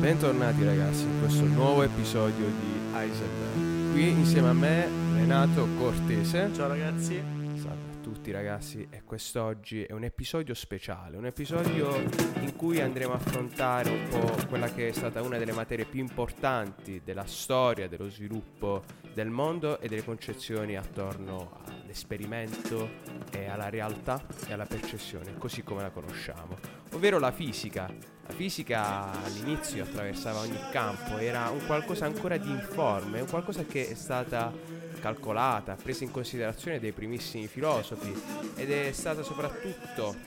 Bentornati ragazzi in questo nuovo episodio di Heisenberg. Qui insieme a me Renato Cortese. Ciao ragazzi. Salve a tutti ragazzi, e quest'oggi è un episodio speciale, un episodio in cui andremo a affrontare un po' quella che è stata una delle materie più importanti della storia, dello sviluppo del mondo e delle concezioni attorno all'esperimento e alla realtà e alla percezione, così come la conosciamo, ovvero la fisica. La fisica all'inizio attraversava ogni campo, era un qualcosa ancora di informe, un qualcosa che è stata calcolata, presa in considerazione dai primissimi filosofi ed è stata soprattutto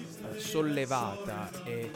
sollevata e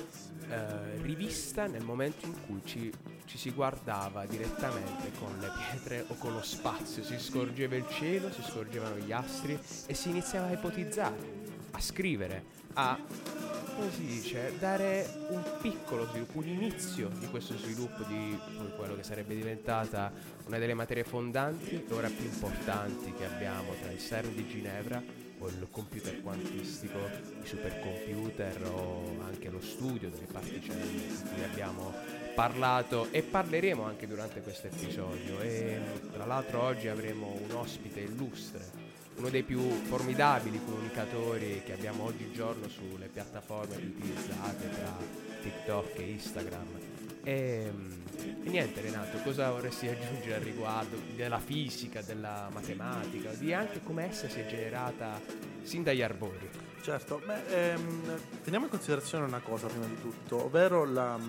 rivista nel momento in cui ci si guardava direttamente con le pietre o con lo spazio, si scorgeva il cielo, si scorgevano gli astri e si iniziava a ipotizzare, a scrivere, a, come si dice, dare un piccolo sviluppo, un inizio di questo sviluppo di quello che sarebbe diventata una delle materie fondanti e ora più importanti che abbiamo tra il CERN di Ginevra o il computer quantistico, i supercomputer o anche lo studio delle particelle di cui abbiamo parlato e parleremo anche durante questo episodio. E tra l'altro oggi avremo un ospite illustre, uno dei più formidabili comunicatori che abbiamo oggigiorno sulle piattaforme utilizzate tra TikTok e Instagram. E niente Renato, cosa vorresti aggiungere al riguardo della fisica, della matematica, di anche come essa si è generata sin dagli arbori? Certo, teniamo in considerazione una cosa prima di tutto, ovvero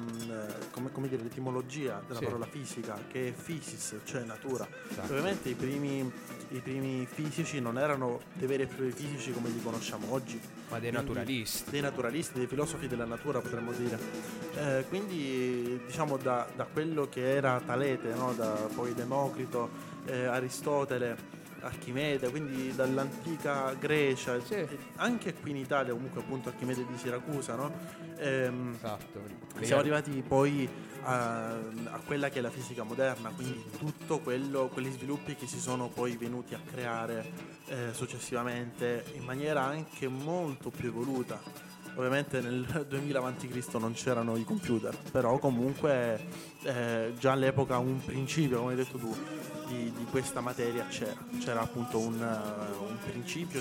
come dire, l'etimologia della parola fisica, che è physis, cioè natura. Esatto. Ovviamente i primi fisici non erano dei veri e propri fisici come li conosciamo oggi, Ma dei naturalisti. Dei naturalisti, dei filosofi della natura potremmo dire. Quindi diciamo da quello che era Talete, no? Da poi Democrito, Aristotele, Archimede, quindi dall'antica Grecia, anche qui in Italia comunque appunto Archimede di Siracusa, no? Esatto. Siamo arrivati poi a quella che è la fisica moderna, quindi tutto quegli sviluppi che si sono poi venuti a creare successivamente in maniera anche molto più evoluta. Ovviamente nel 2000 a.C. non c'erano i computer, però comunque già all'epoca un principio, come hai detto tu, di questa materia c'era appunto un principio,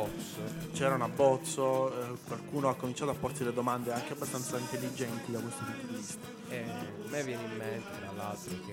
c'era un abbozzo, qualcuno ha cominciato a porsi le domande anche abbastanza intelligenti da questo punto di vista. A me viene in mente tra l'altro che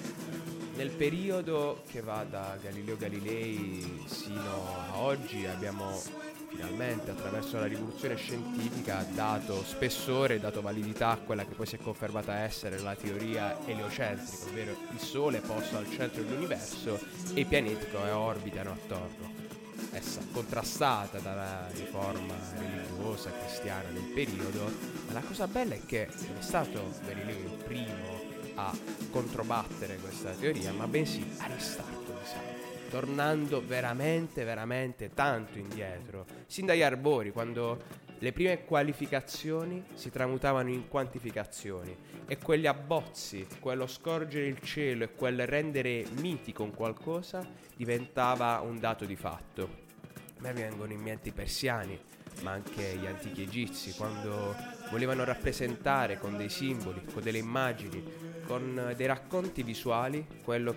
nel periodo che va da Galileo Galilei sino a oggi abbiamo finalmente, attraverso la rivoluzione scientifica, dato spessore, dato validità a quella che poi si è confermata essere la teoria eliocentrica, ovvero il Sole posto al centro dell'universo e i pianeti che orbitano attorno. Essa contrastata dalla riforma religiosa cristiana del periodo, ma la cosa bella è che non è stato Galileo il primo a controbattere questa teoria, ma bensì Aristarco di Samos, tornando veramente, veramente tanto indietro, sin dagli arbori, quando le prime qualificazioni si tramutavano in quantificazioni e quegli abbozzi, quello scorgere il cielo e quel rendere mitico un qualcosa diventava un dato di fatto. A me vengono in mente i persiani, ma anche gli antichi egizi, quando volevano rappresentare con dei simboli, con delle immagini, con dei racconti visuali quello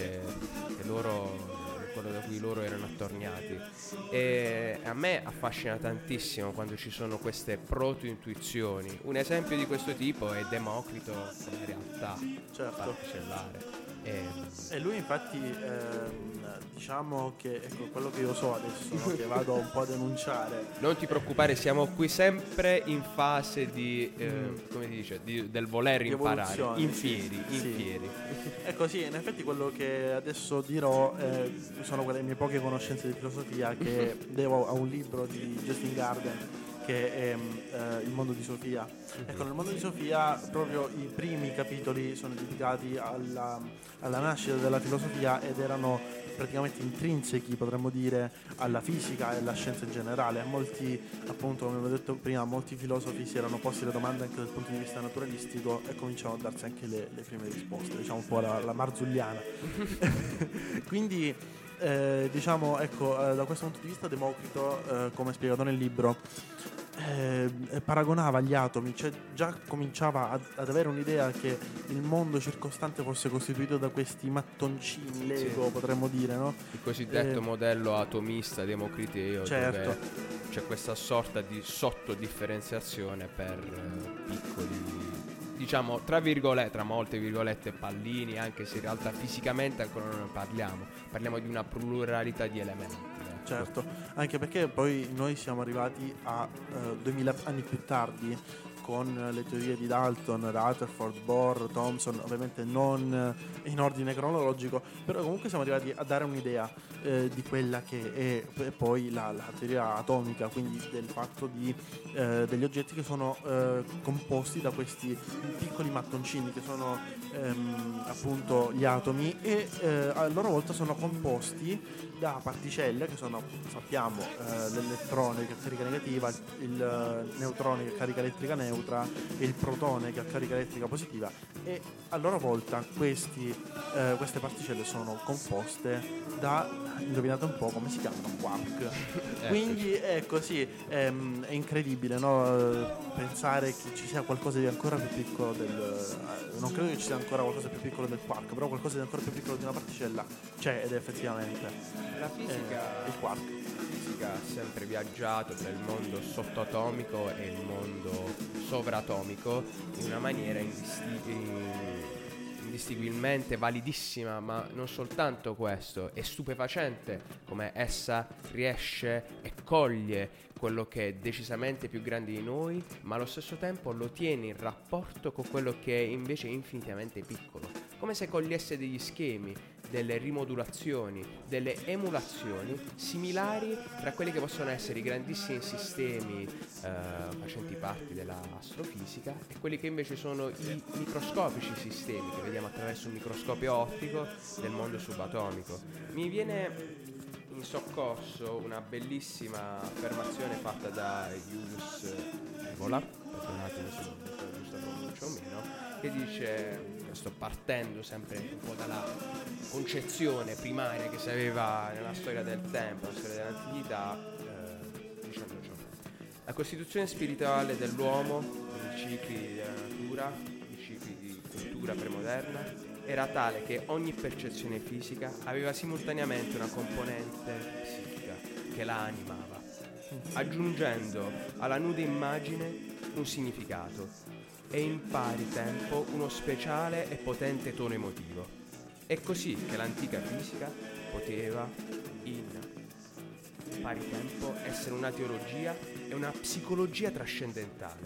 da cui loro erano attorniati. E a me affascina tantissimo quando ci sono queste proto-intuizioni. Un esempio di questo tipo è Democrito con la realtà particellare. E lui infatti diciamo che ecco quello che io so adesso, no? Che vado un po' a denunciare. Non ti preoccupare, siamo qui sempre in fase di come si dice, del voler di imparare, in fieri. Ecco sì, in effetti quello che adesso dirò sono quelle mie poche conoscenze di filosofia che devo a un libro di Justin Garden che è Il mondo di Sofia. Ecco, nel mondo di Sofia proprio i primi capitoli sono dedicati alla nascita della filosofia ed erano praticamente intrinsechi, potremmo dire, alla fisica e alla scienza in generale. Molti, appunto, come avevo detto prima, molti filosofi si erano posti le domande anche dal punto di vista naturalistico e cominciano a darsi anche le prime risposte, diciamo un po' la marzulliana. Quindi diciamo, ecco, da questo punto di vista Democrito, come spiegato nel libro, paragonava gli atomi, cioè già cominciava ad avere un'idea che il mondo circostante fosse costituito da questi mattoncini Lego, Sì. potremmo dire, no? Il cosiddetto modello atomista democriteo, Certo. dove c'è questa sorta di sottodifferenziazione per piccoli, diciamo, tra molte virgolette, pallini, anche se in realtà fisicamente ancora non ne parliamo di una pluralità di elementi. Certo, anche perché poi noi siamo arrivati a 2000 anni più tardi con le teorie di Dalton, Rutherford, Bohr, Thomson, ovviamente non in ordine cronologico, però comunque siamo arrivati a dare un'idea di quella che è poi la teoria atomica, quindi del fatto degli oggetti che sono composti da questi piccoli mattoncini che sono appunto gli atomi e a loro volta sono composti da particelle che sono, sappiamo, l'elettrone che ha carica negativa, il neutrone che ha carica elettrica neutra e il protone che ha carica elettrica positiva, e a loro volta queste particelle sono composte da, indovinate un po' come si chiamano, quark. Quindi è così, è incredibile, no? Pensare che ci sia qualcosa di ancora più piccolo non credo che ci sia ancora qualcosa più piccolo del quark, però qualcosa di ancora più piccolo di una particella c'è, ed è effettivamente La fisica, il quark. la fisica ha sempre viaggiato tra il mondo sottoatomico e il mondo sovratomico in una maniera indistinguibilmente validissima, ma non soltanto questo, è stupefacente come essa riesce e coglie quello che è decisamente più grande di noi, ma allo stesso tempo lo tiene in rapporto con quello che è invece infinitamente piccolo, come se cogliesse degli schemi, delle rimodulazioni, delle emulazioni similari tra quelli che possono essere i grandissimi sistemi facenti parte dell'astrofisica e quelli che invece sono i microscopici sistemi che vediamo attraverso un microscopio ottico del mondo subatomico. Mi viene in soccorso una bellissima affermazione fatta da Julius Evola, perdonatemi se non ho detto la giusta pronuncia o meno, che dice, sto partendo sempre un po' dalla concezione primaria che si aveva nella storia del tempo, nella storia dell'antichità, dicendo ciò: la costituzione spirituale dell'uomo, i cicli della natura, i cicli di cultura premoderna, era tale che ogni percezione fisica aveva simultaneamente una componente psichica che la animava, aggiungendo alla nuda immagine un significato e in pari tempo uno speciale e potente tono emotivo. È così che l'antica fisica poteva in pari tempo essere una teologia e una psicologia trascendentale.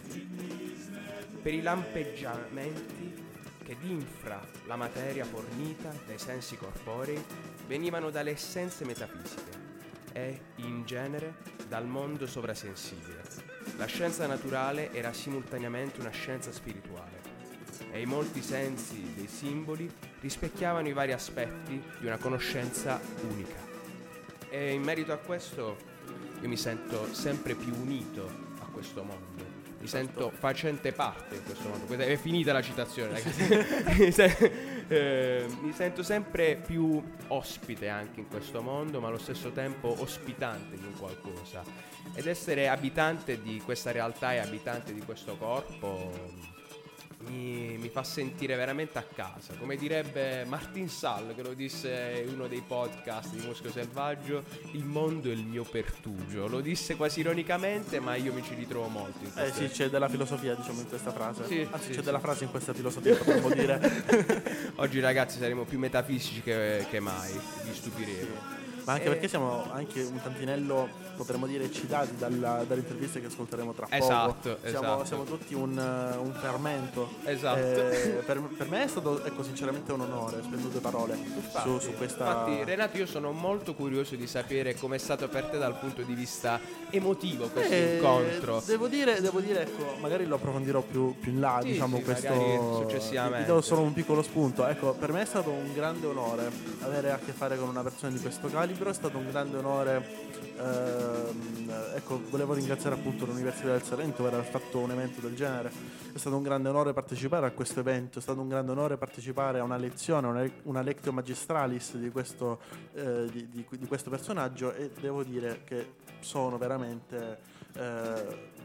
Per i lampeggiamenti che d'infra la materia fornita dai sensi corporei venivano dalle essenze metafisiche e, in genere, dal mondo sovrasensibile. La scienza naturale era simultaneamente una scienza spirituale e i molti sensi dei simboli rispecchiavano i vari aspetti di una conoscenza unica. E in merito a questo io mi sento sempre più unito a questo mondo. Mi sento facente parte di questo mondo. Questa è finita la citazione, ragazzi. Mi sento sempre più ospite anche in questo mondo, ma allo stesso tempo ospitante di un qualcosa. Ed essere abitante di questa realtà e abitante di questo corpo mi fa sentire veramente a casa. Come direbbe Martin Sall, che lo disse in uno dei podcast di Muschio Selvaggio, il mondo è il mio pertugio. Lo disse quasi ironicamente, ma io mi ci ritrovo molto in questo. Sì, c'è della filosofia, diciamo, in questa frase. Sì, Anzi, sì, c'è della frase in questa filosofia, potremmo dire. Oggi, ragazzi, saremo più metafisici che mai. Vi stupiremo. Ma anche perché siamo anche un tantinello, potremmo dire, eccitati dalle interviste che ascolteremo tra poco. Siamo tutti un fermento. Esatto. Per me è stato, ecco, sinceramente un onore, spendo due parole su questa. Infatti, Renato, io sono molto curioso di sapere com'è stato per te dal punto di vista emotivo questo incontro. Devo dire, ecco, magari lo approfondirò più in là, sì, diciamo, sì, questo successivamente. Vi do solo un piccolo spunto. Ecco, per me è stato un grande onore avere a che fare con una persona di questo calibro. È stato un grande onore, ecco, volevo ringraziare appunto l'Università del Salento per aver fatto un evento del genere. È stato un grande onore partecipare a questo evento, è stato un grande onore partecipare a una lezione, una lectio magistralis di questo personaggio, e devo dire che sono veramente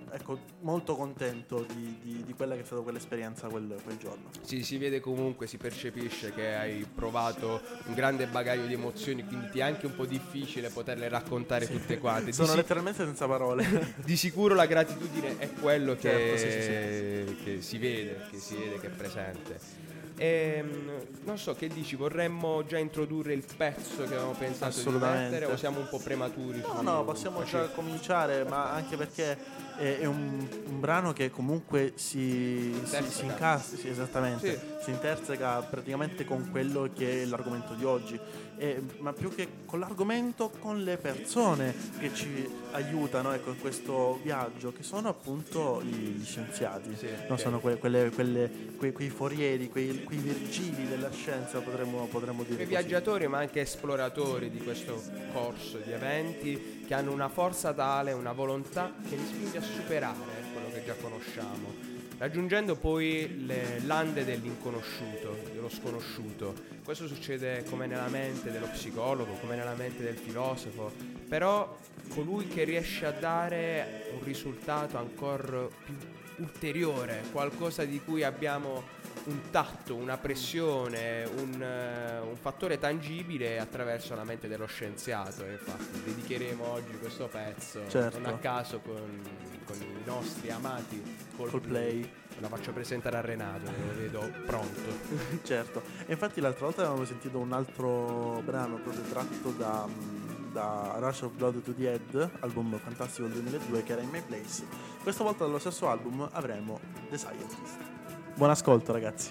ecco, molto contento di quella che è stata quell'esperienza quel giorno. Sì, si vede comunque, si percepisce che hai provato un grande bagaglio di emozioni, quindi ti è anche un po' difficile poterle raccontare tutte quante. Sono letteralmente senza parole. Di sicuro la gratitudine è quello che, Certo, sì. che si vede, che è presente. Non so, che dici, vorremmo già introdurre il pezzo che avevamo pensato di mettere o siamo un po' prematuri? No, possiamo già cominciare, ma anche perché è un brano che comunque si incastra, sì, esattamente, sì. Si interseca praticamente con quello che è l'argomento di oggi, ma più che con l'argomento, con le persone che ci aiutano, ecco, in questo viaggio, che sono appunto gli scienziati, sì, no? Sono quei forieri, quei Virgili della scienza, potremmo dire Quei così. viaggiatori ma anche esploratori di questo corso di eventi che hanno una forza tale, una volontà che li spinge a superare quello che già conosciamo, raggiungendo poi le lande dell'inconosciuto, dello sconosciuto. Questo succede come nella mente dello psicologo, come nella mente del filosofo, però colui che riesce a dare un risultato ancora più ulteriore, qualcosa di cui abbiamo un tatto, una pressione, un fattore tangibile attraverso la mente dello scienziato. E infatti dedicheremo oggi questo pezzo, certo, non a caso con i nostri amati Coldplay. La faccio presentare a Renato, lo vedo pronto. Certo, e infatti l'altra volta avevamo sentito un altro brano proprio tratto da Rush of Blood to the Head, album fantastico del 2002, che era In My Place. Questa volta dallo stesso album avremo The Scientist. Buon ascolto, ragazzi.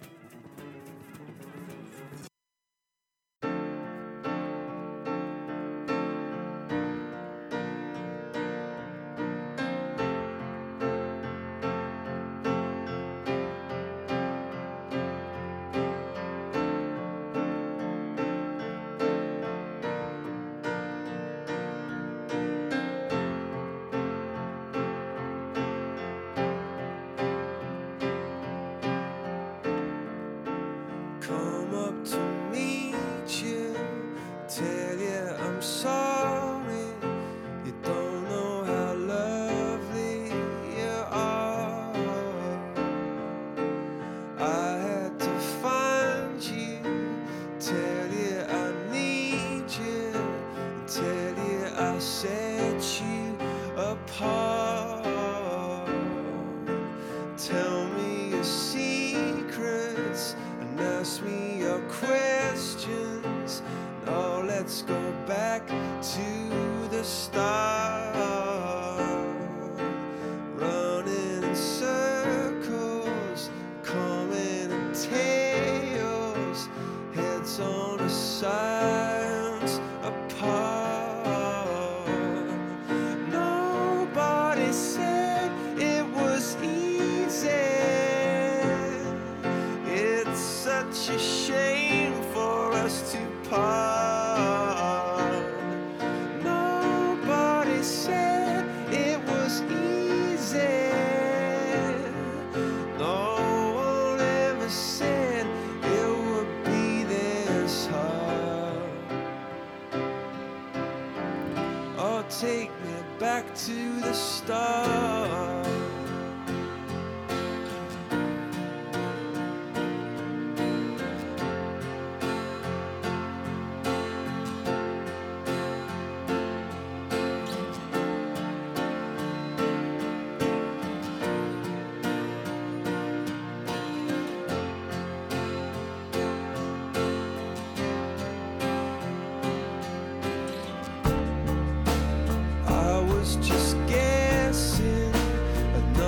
Take me back to the start. Just guessing,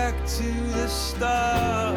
back to the start.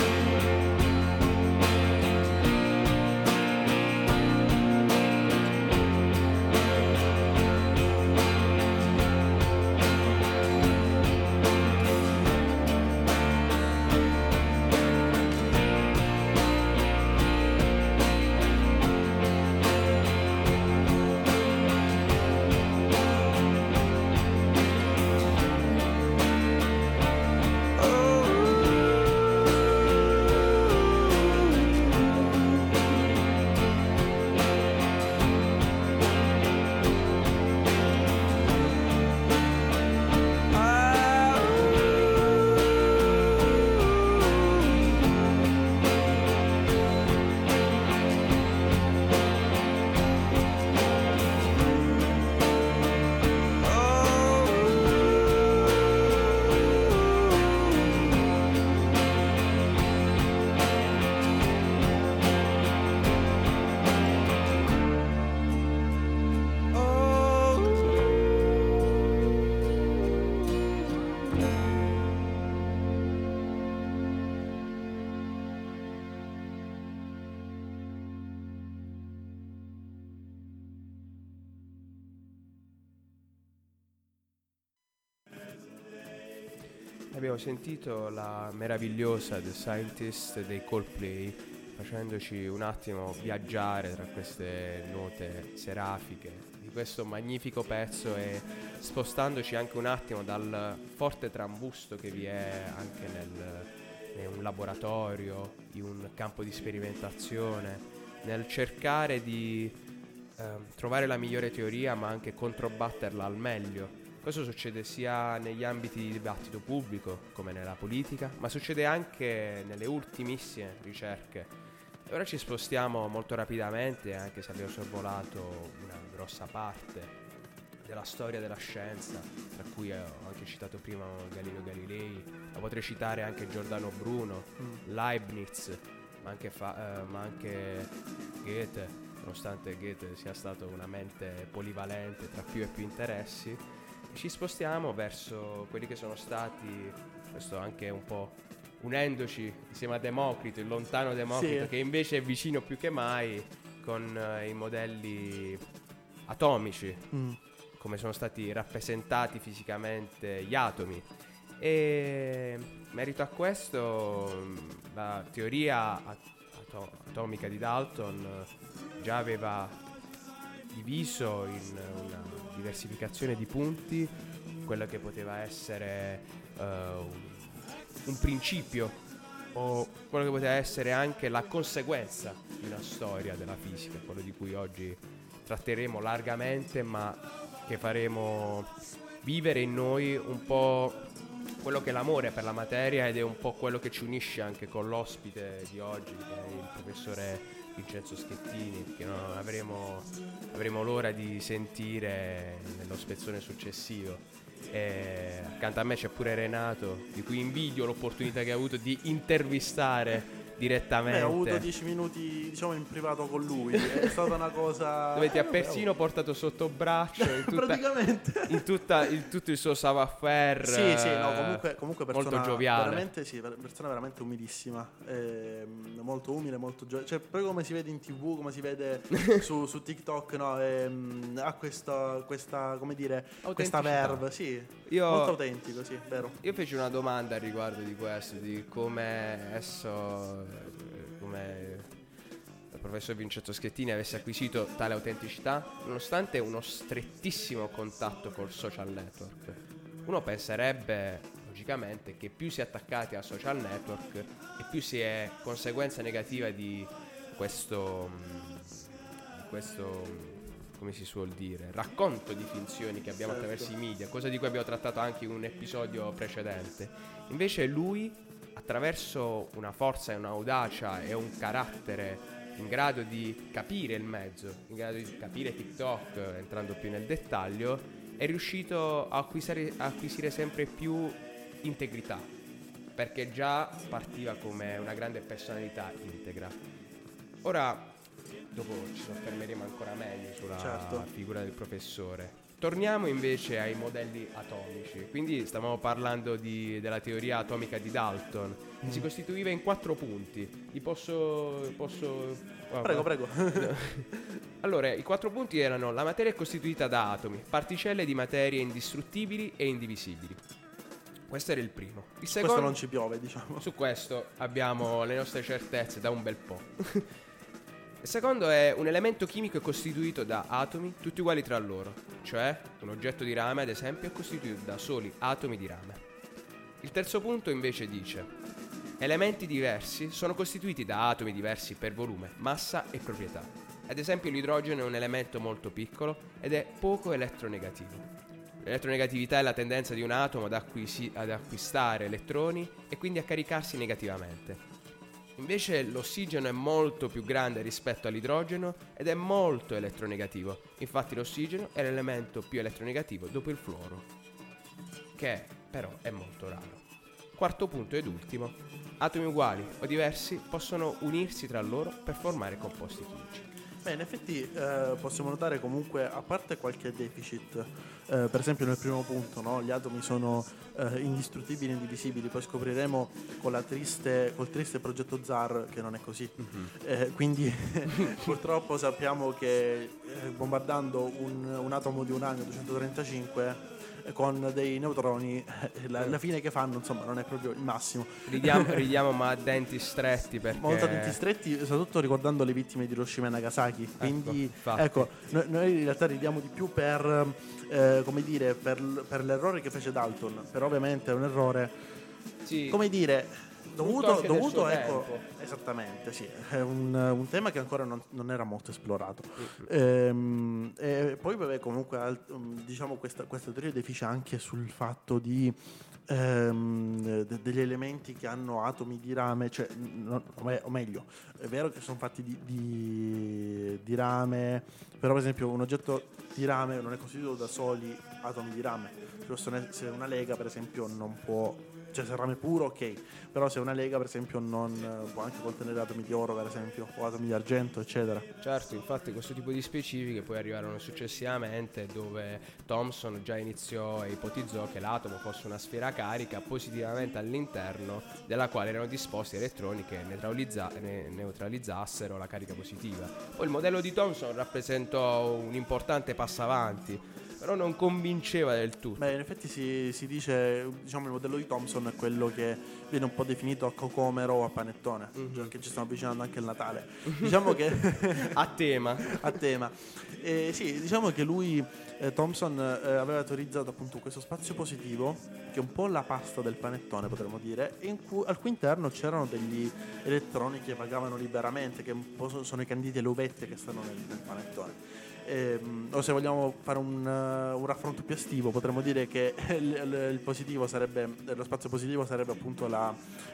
Abbiamo sentito la meravigliosa The Scientist dei Coldplay, facendoci un attimo viaggiare tra queste note serafiche di questo magnifico pezzo e spostandoci anche un attimo dal forte trambusto che vi è anche in un laboratorio, in un campo di sperimentazione, nel cercare di trovare la migliore teoria ma anche controbatterla al meglio. Questo succede sia negli ambiti di dibattito pubblico come nella politica, ma succede anche nelle ultimissime ricerche. E ora ci spostiamo molto rapidamente, anche se abbiamo sorvolato una grossa parte della storia della scienza, tra cui ho anche citato prima Galileo Galilei, ma potrei citare anche Giordano Bruno, Leibniz, ma anche Goethe, nonostante Goethe sia stato una mente polivalente tra più e più interessi. Ci spostiamo verso quelli che sono stati, questo anche un po' unendoci insieme a Democrito, il lontano Democrito, Sì. che invece è vicino più che mai con i modelli atomici, come sono stati rappresentati fisicamente gli atomi. E merito a questo la teoria atomica di Dalton già aveva diviso in una diversificazione di punti quello che poteva essere un principio o quello che poteva essere anche la conseguenza di una storia della fisica, quello di cui oggi tratteremo largamente, ma che faremo vivere in noi un po' quello che è l'amore per la materia, ed è un po' quello che ci unisce anche con l'ospite di oggi, che è il professore Vincenzo Schettini, che avremo l'ora di sentire nello spezzone successivo. E accanto a me c'è pure Renato, di cui invidio l'opportunità che ha avuto di intervistare direttamente. Ho avuto 10 minuti, diciamo, in privato con lui. È stata una cosa dove ti ha persino portato sotto braccio praticamente in tutto il suo savoir-faire. Sì, no, comunque persona molto gioviale. veramente, sì, persona veramente umilissima, molto umile, molto gioviale. Cioè, proprio come si vede in TV, come si vede su TikTok, no? Ha questa, come dire, questa verve, sì. Molto autentico, sì, vero. Io feci una domanda a riguardo di questo, di come il professor Vincenzo Schettini avesse acquisito tale autenticità nonostante uno strettissimo contatto col social network. Uno penserebbe logicamente che più si è attaccati al social network e più si è conseguenza negativa di questo come si suol dire, racconto di finzioni che abbiamo attraverso i media, cosa di cui abbiamo trattato anche in un episodio precedente. Invece lui, attraverso una forza e un'audacia e un carattere in grado di capire il mezzo, in grado di capire TikTok, entrando più nel dettaglio, è riuscito a acquisire sempre più integrità, perché già partiva come una grande personalità integra. Ora, dopo ci soffermeremo ancora meglio sulla figura del professore. Torniamo invece ai modelli atomici. Quindi stavamo parlando della teoria atomica di Dalton. Si costituiva in 4 punti. Li posso Prego. Allora, i 4 punti erano: la materia è costituita da atomi, particelle di materie indistruttibili e indivisibili. Questo era il primo. Il secondo, Questo non ci piove, diciamo. su questo abbiamo le nostre certezze da un bel po'. Il secondo è: un elemento chimico è costituito da atomi tutti uguali tra loro, cioè un oggetto di rame, ad esempio, è costituito da soli atomi di rame. Il terzo punto invece dice: elementi diversi sono costituiti da atomi diversi per volume, massa e proprietà. Ad esempio, l'idrogeno è un elemento molto piccolo ed è poco elettronegativo. L'elettronegatività è la tendenza di un atomo ad acquistare elettroni e quindi a caricarsi negativamente. Invece l'ossigeno è molto più grande rispetto all'idrogeno ed è molto elettronegativo. Infatti l'ossigeno è l'elemento più elettronegativo dopo il fluoro, che però è molto raro. Quarto punto ed ultimo: atomi uguali o diversi possono unirsi tra loro per formare composti chimici. Beh, in effetti possiamo notare comunque, a parte qualche deficit, per esempio nel primo punto, no? Gli atomi sono indistruttibili e indivisibili, poi scopriremo col triste progetto Tsar che non è così. Quindi purtroppo sappiamo che bombardando un atomo di uranio 235 con dei neutroni, la fine che fanno, insomma, non è proprio il massimo. Ridiamo ma a denti stretti, perché Molto denti stretti, soprattutto ricordando le vittime di Hiroshima e Nagasaki. Quindi infatti. noi in realtà ridiamo di più per come dire, per l'errore che fece Dalton. Però ovviamente è un errore, Sì. come dire, Frutto anche del suo dovuto ecco, tempo. esattamente, sì, è un tema che ancora non era molto esplorato. E poi vabbè, comunque diciamo questa teoria deficia anche sul fatto di degli elementi che hanno atomi di rame, cioè, o meglio, è vero che sono fatti di rame, però per esempio un oggetto di rame non è costituito da soli atomi di rame. Se una lega per esempio non può, cioè se è rame puro ok, però se una lega per esempio non può anche contenere atomi di oro per esempio, o atomi di argento eccetera. Certo, infatti questo tipo di specifiche poi arrivarono successivamente, dove Thomson già iniziò e ipotizzò che l'atomo fosse una sfera carica positivamente all'interno della quale erano disposti elettroni che neutralizzassero la carica positiva. Poi il modello di Thomson rappresentò un importante passo avanti, però non convinceva del tutto. Beh, in effetti si dice, diciamo, il modello di Thomson è quello che viene un po' definito a cocomero o a panettone, cioè che ci stiamo avvicinando anche il Natale. Diciamo che A tema. a tema. Sì, diciamo che lui, Thomson, aveva teorizzato appunto questo spazio positivo, che è un po' la pasta del panettone, potremmo dire, e al cui interno c'erano degli elettroni che vagavano liberamente, che un po' sono i canditi e le uvette che stanno nel panettone. O se vogliamo fare un raffronto più estivo, potremmo dire che il positivo sarebbe, lo spazio positivo sarebbe appunto la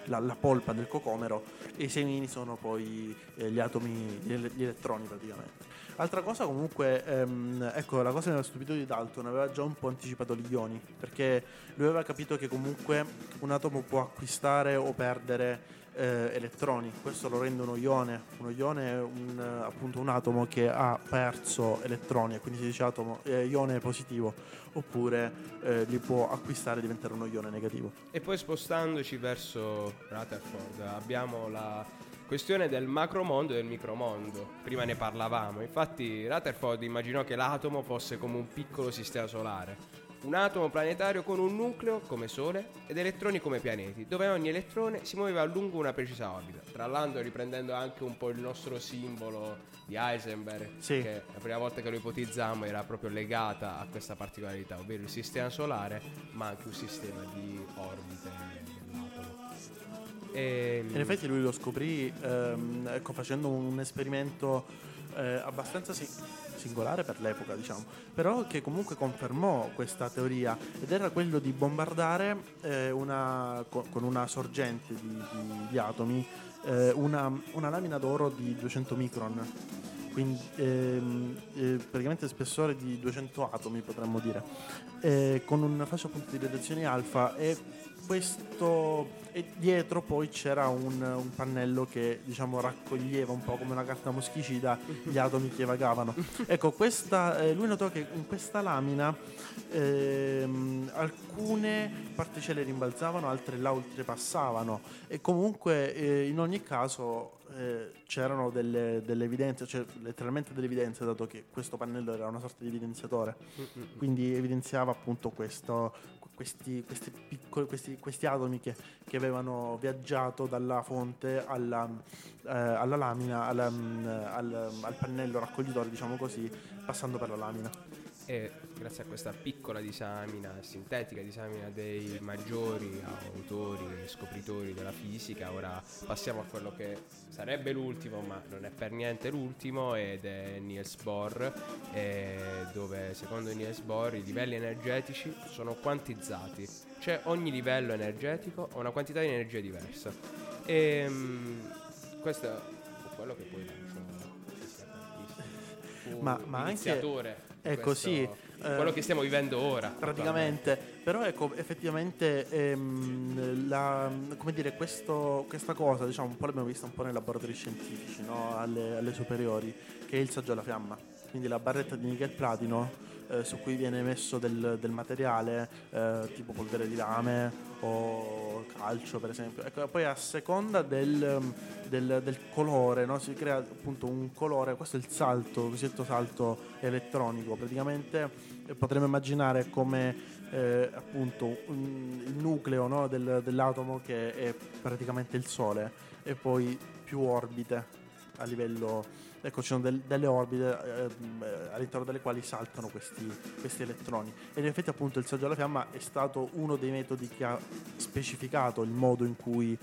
polpa del cocomero, e i semini sono poi gli atomi, gli elettroni praticamente. Altra cosa comunque, ecco, la cosa che mi aveva stupito di Dalton, aveva già un po' anticipato gli ioni, perché lui aveva capito che comunque un atomo può acquistare o perdere elettroni. Questo lo rende uno ione. Uno ione è appunto un atomo che ha perso elettroni, e quindi si dice ione positivo, oppure li può acquistare e diventare uno ione negativo. E poi spostandoci verso Rutherford abbiamo la questione del macromondo e del micromondo. Prima ne parlavamo. Infatti Rutherford immaginò che l'atomo fosse come un piccolo sistema solare, un atomo planetario con un nucleo come Sole ed elettroni come pianeti, dove ogni elettrone si muoveva lungo una precisa orbita. Tra l'altro riprendendo anche un po' il nostro simbolo di Heisenberg, Sì. che la prima volta che lo ipotizzammo era proprio legata a questa particolarità, ovvero il sistema solare, ma anche un sistema di orbite dell'atomo. In effetti lui lo scoprì ecco, facendo un esperimento abbastanza singolare per l'epoca, diciamo, però che comunque confermò questa teoria, ed era quello di bombardare con una sorgente di atomi una lamina d'oro di 200 micron, quindi praticamente il spessore di 200 atomi, potremmo dire, con una fascia appunto di radiazioni alfa, e questo e dietro poi c'era un pannello che diciamo raccoglieva un po' come una carta moschicida gli atomi che vagavano. Ecco, lui notò che in questa lamina alcune particelle rimbalzavano, altre la oltrepassavano, e comunque in ogni caso c'erano delle evidenze, cioè letteralmente delle evidenze, dato che questo pannello era una sorta di evidenziatore, quindi evidenziava appunto questi atomi che avevano viaggiato dalla fonte alla lamina, al pannello raccoglitore, diciamo così, passando per la lamina. E grazie a questa piccola disamina, sintetica disamina dei maggiori autori e scopritori della fisica, ora passiamo a quello che sarebbe l'ultimo, ma non è per niente l'ultimo, ed è Niels Bohr, dove secondo Niels Bohr i livelli energetici sono quantizzati, cioè ogni livello energetico ha una quantità di energia diversa, e questo è quello che poi ma iniziatore. Ecco, sì, quello che stiamo vivendo ora praticamente. Però ecco, effettivamente come dire, questa cosa, diciamo, un po' l'abbiamo vista un po' nei laboratori scientifici, no? alle superiori, che è il saggio alla fiamma, quindi la barretta di nichel platino su cui viene emesso del materiale tipo polvere di rame o calcio, per esempio. Ecco, poi a seconda del colore, no? Si crea appunto un colore. Questo è il cosiddetto salto elettronico. Praticamente potremmo immaginare come appunto il nucleo, no? dell'atomo, che è praticamente il Sole, e poi più orbite a livello. Ecco, ci sono delle orbite all'interno delle quali saltano questi elettroni, ed in effetti appunto il saggio alla fiamma è stato uno dei metodi che ha specificato il modo in cui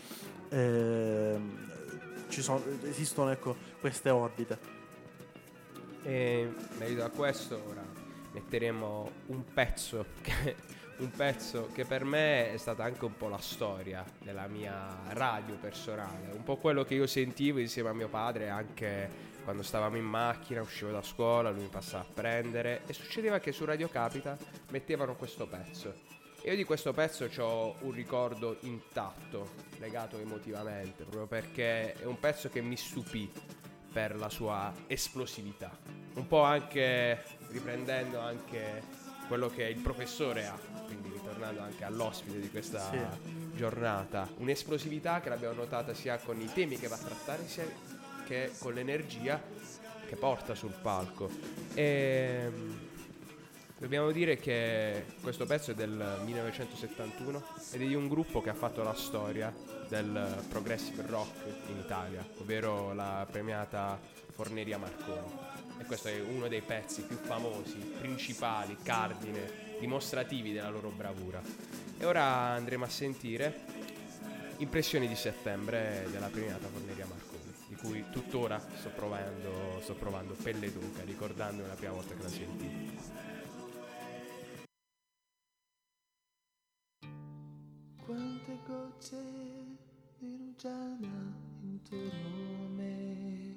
esistono, ecco, queste orbite. E in merito a questo ora metteremo un pezzo che per me è stata anche un po' la storia della mia radio personale, un po' quello che io sentivo insieme a mio padre anche quando stavamo in macchina, uscivo da scuola, lui mi passava a prendere, e succedeva che su Radio Capita mettevano questo pezzo. E io di questo pezzo ho un ricordo intatto, legato emotivamente, proprio perché è un pezzo che mi stupì per la sua esplosività, un po' anche riprendendo anche quello che il professore ha, quindi ritornando anche all'ospite di questa giornata, un'esplosività che l'abbiamo notata sia con i temi che va a trattare, sia che con l'energia che porta sul palco. E dobbiamo dire che questo pezzo è del 1971 ed è di un gruppo che ha fatto la storia del progressive rock in Italia, ovvero la premiata Forneria Marconi, e questo è uno dei pezzi più famosi, principali, cardine, dimostrativi della loro bravura. E ora andremo a sentire Impressioni di settembre della premiata Forneria Marconi, di cui tuttora sto provando pelle d'oca, ricordando la prima volta che la sentii. Quante gocce di rugiada intorno a me,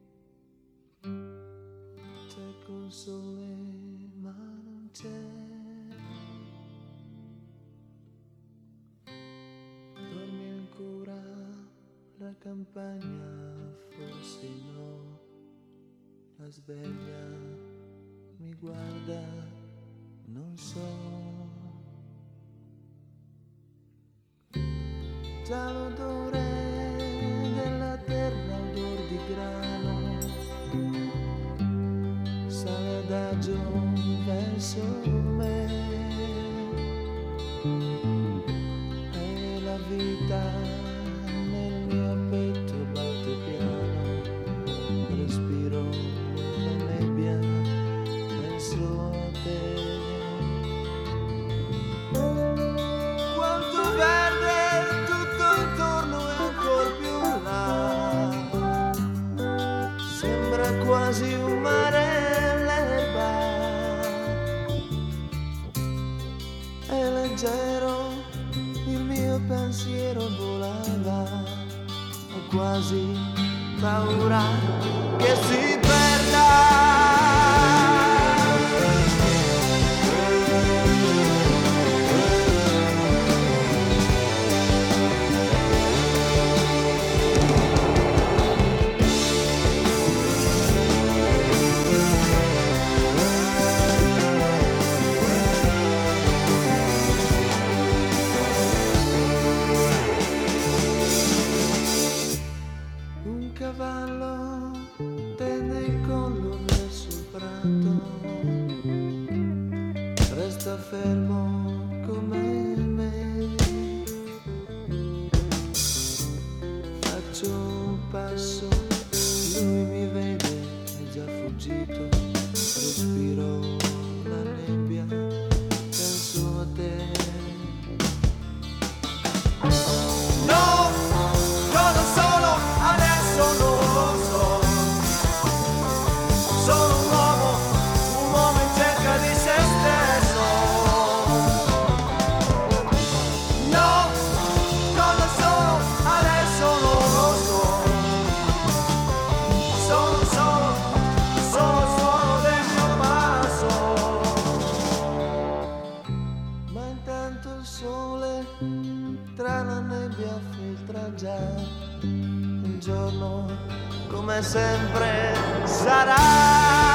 c'è col sole ma non c'è. Dormi ancora la campagna, forse no, la sveglia mi guarda, non so. Già l'odore della terra, odor di grano, sale adagio verso me, e la vita nel mio petto batte piano, respiro la nebbia, penso a te. Quanto verde tutto intorno e ancor più là, sembra quasi un mare l'erba, è leggero, il mio pensiero volava, ho quasi paura che si perda. un passo, lui mi vede, è già fuggito, respiro la nebbia, penso a te. No, io non sono, adesso non lo so. Sono un uomo in cerca di se stesso. No, io non sono, adesso non lo so. Sono solo del mio passo. Ma intanto il sole tra la nebbia filtra già, un giorno come sempre sarà.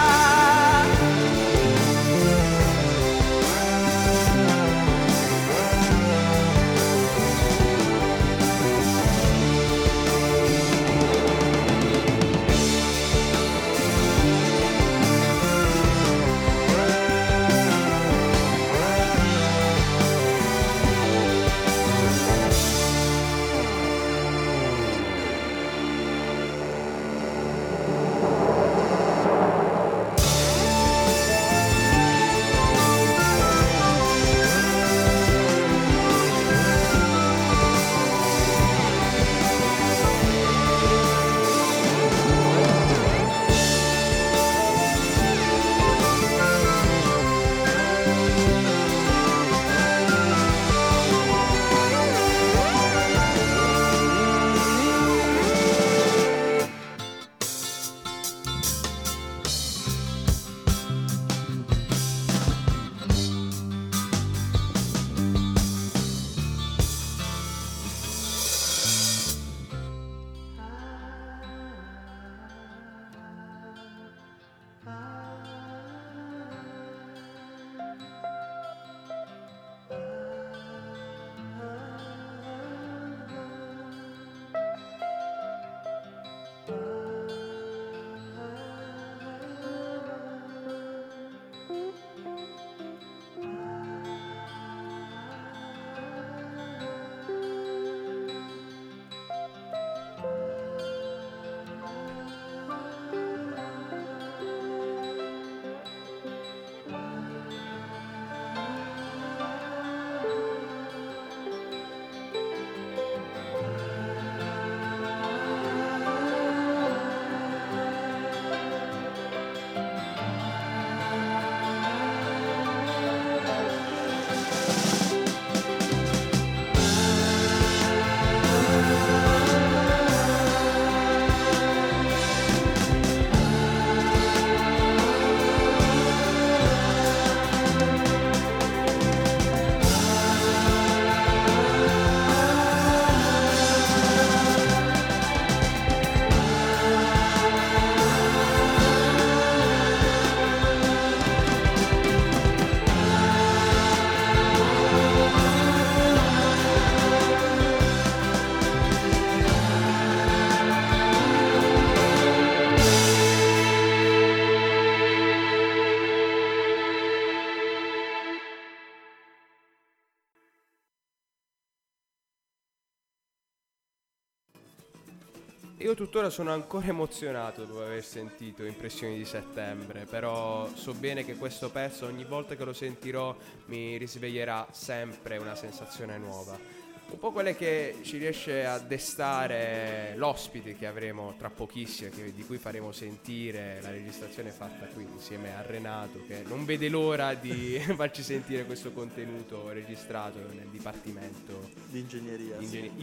Io tuttora sono ancora emozionato dopo aver sentito Impressioni di settembre, però so bene che questo pezzo ogni volta che lo sentirò mi risveglierà sempre una sensazione nuova. Un po' quelle che ci riesce a destare l'ospite che avremo tra pochissimo, di cui faremo sentire la registrazione fatta qui insieme a Renato, che non vede l'ora di farci sentire questo contenuto registrato nel dipartimento di ingegneria.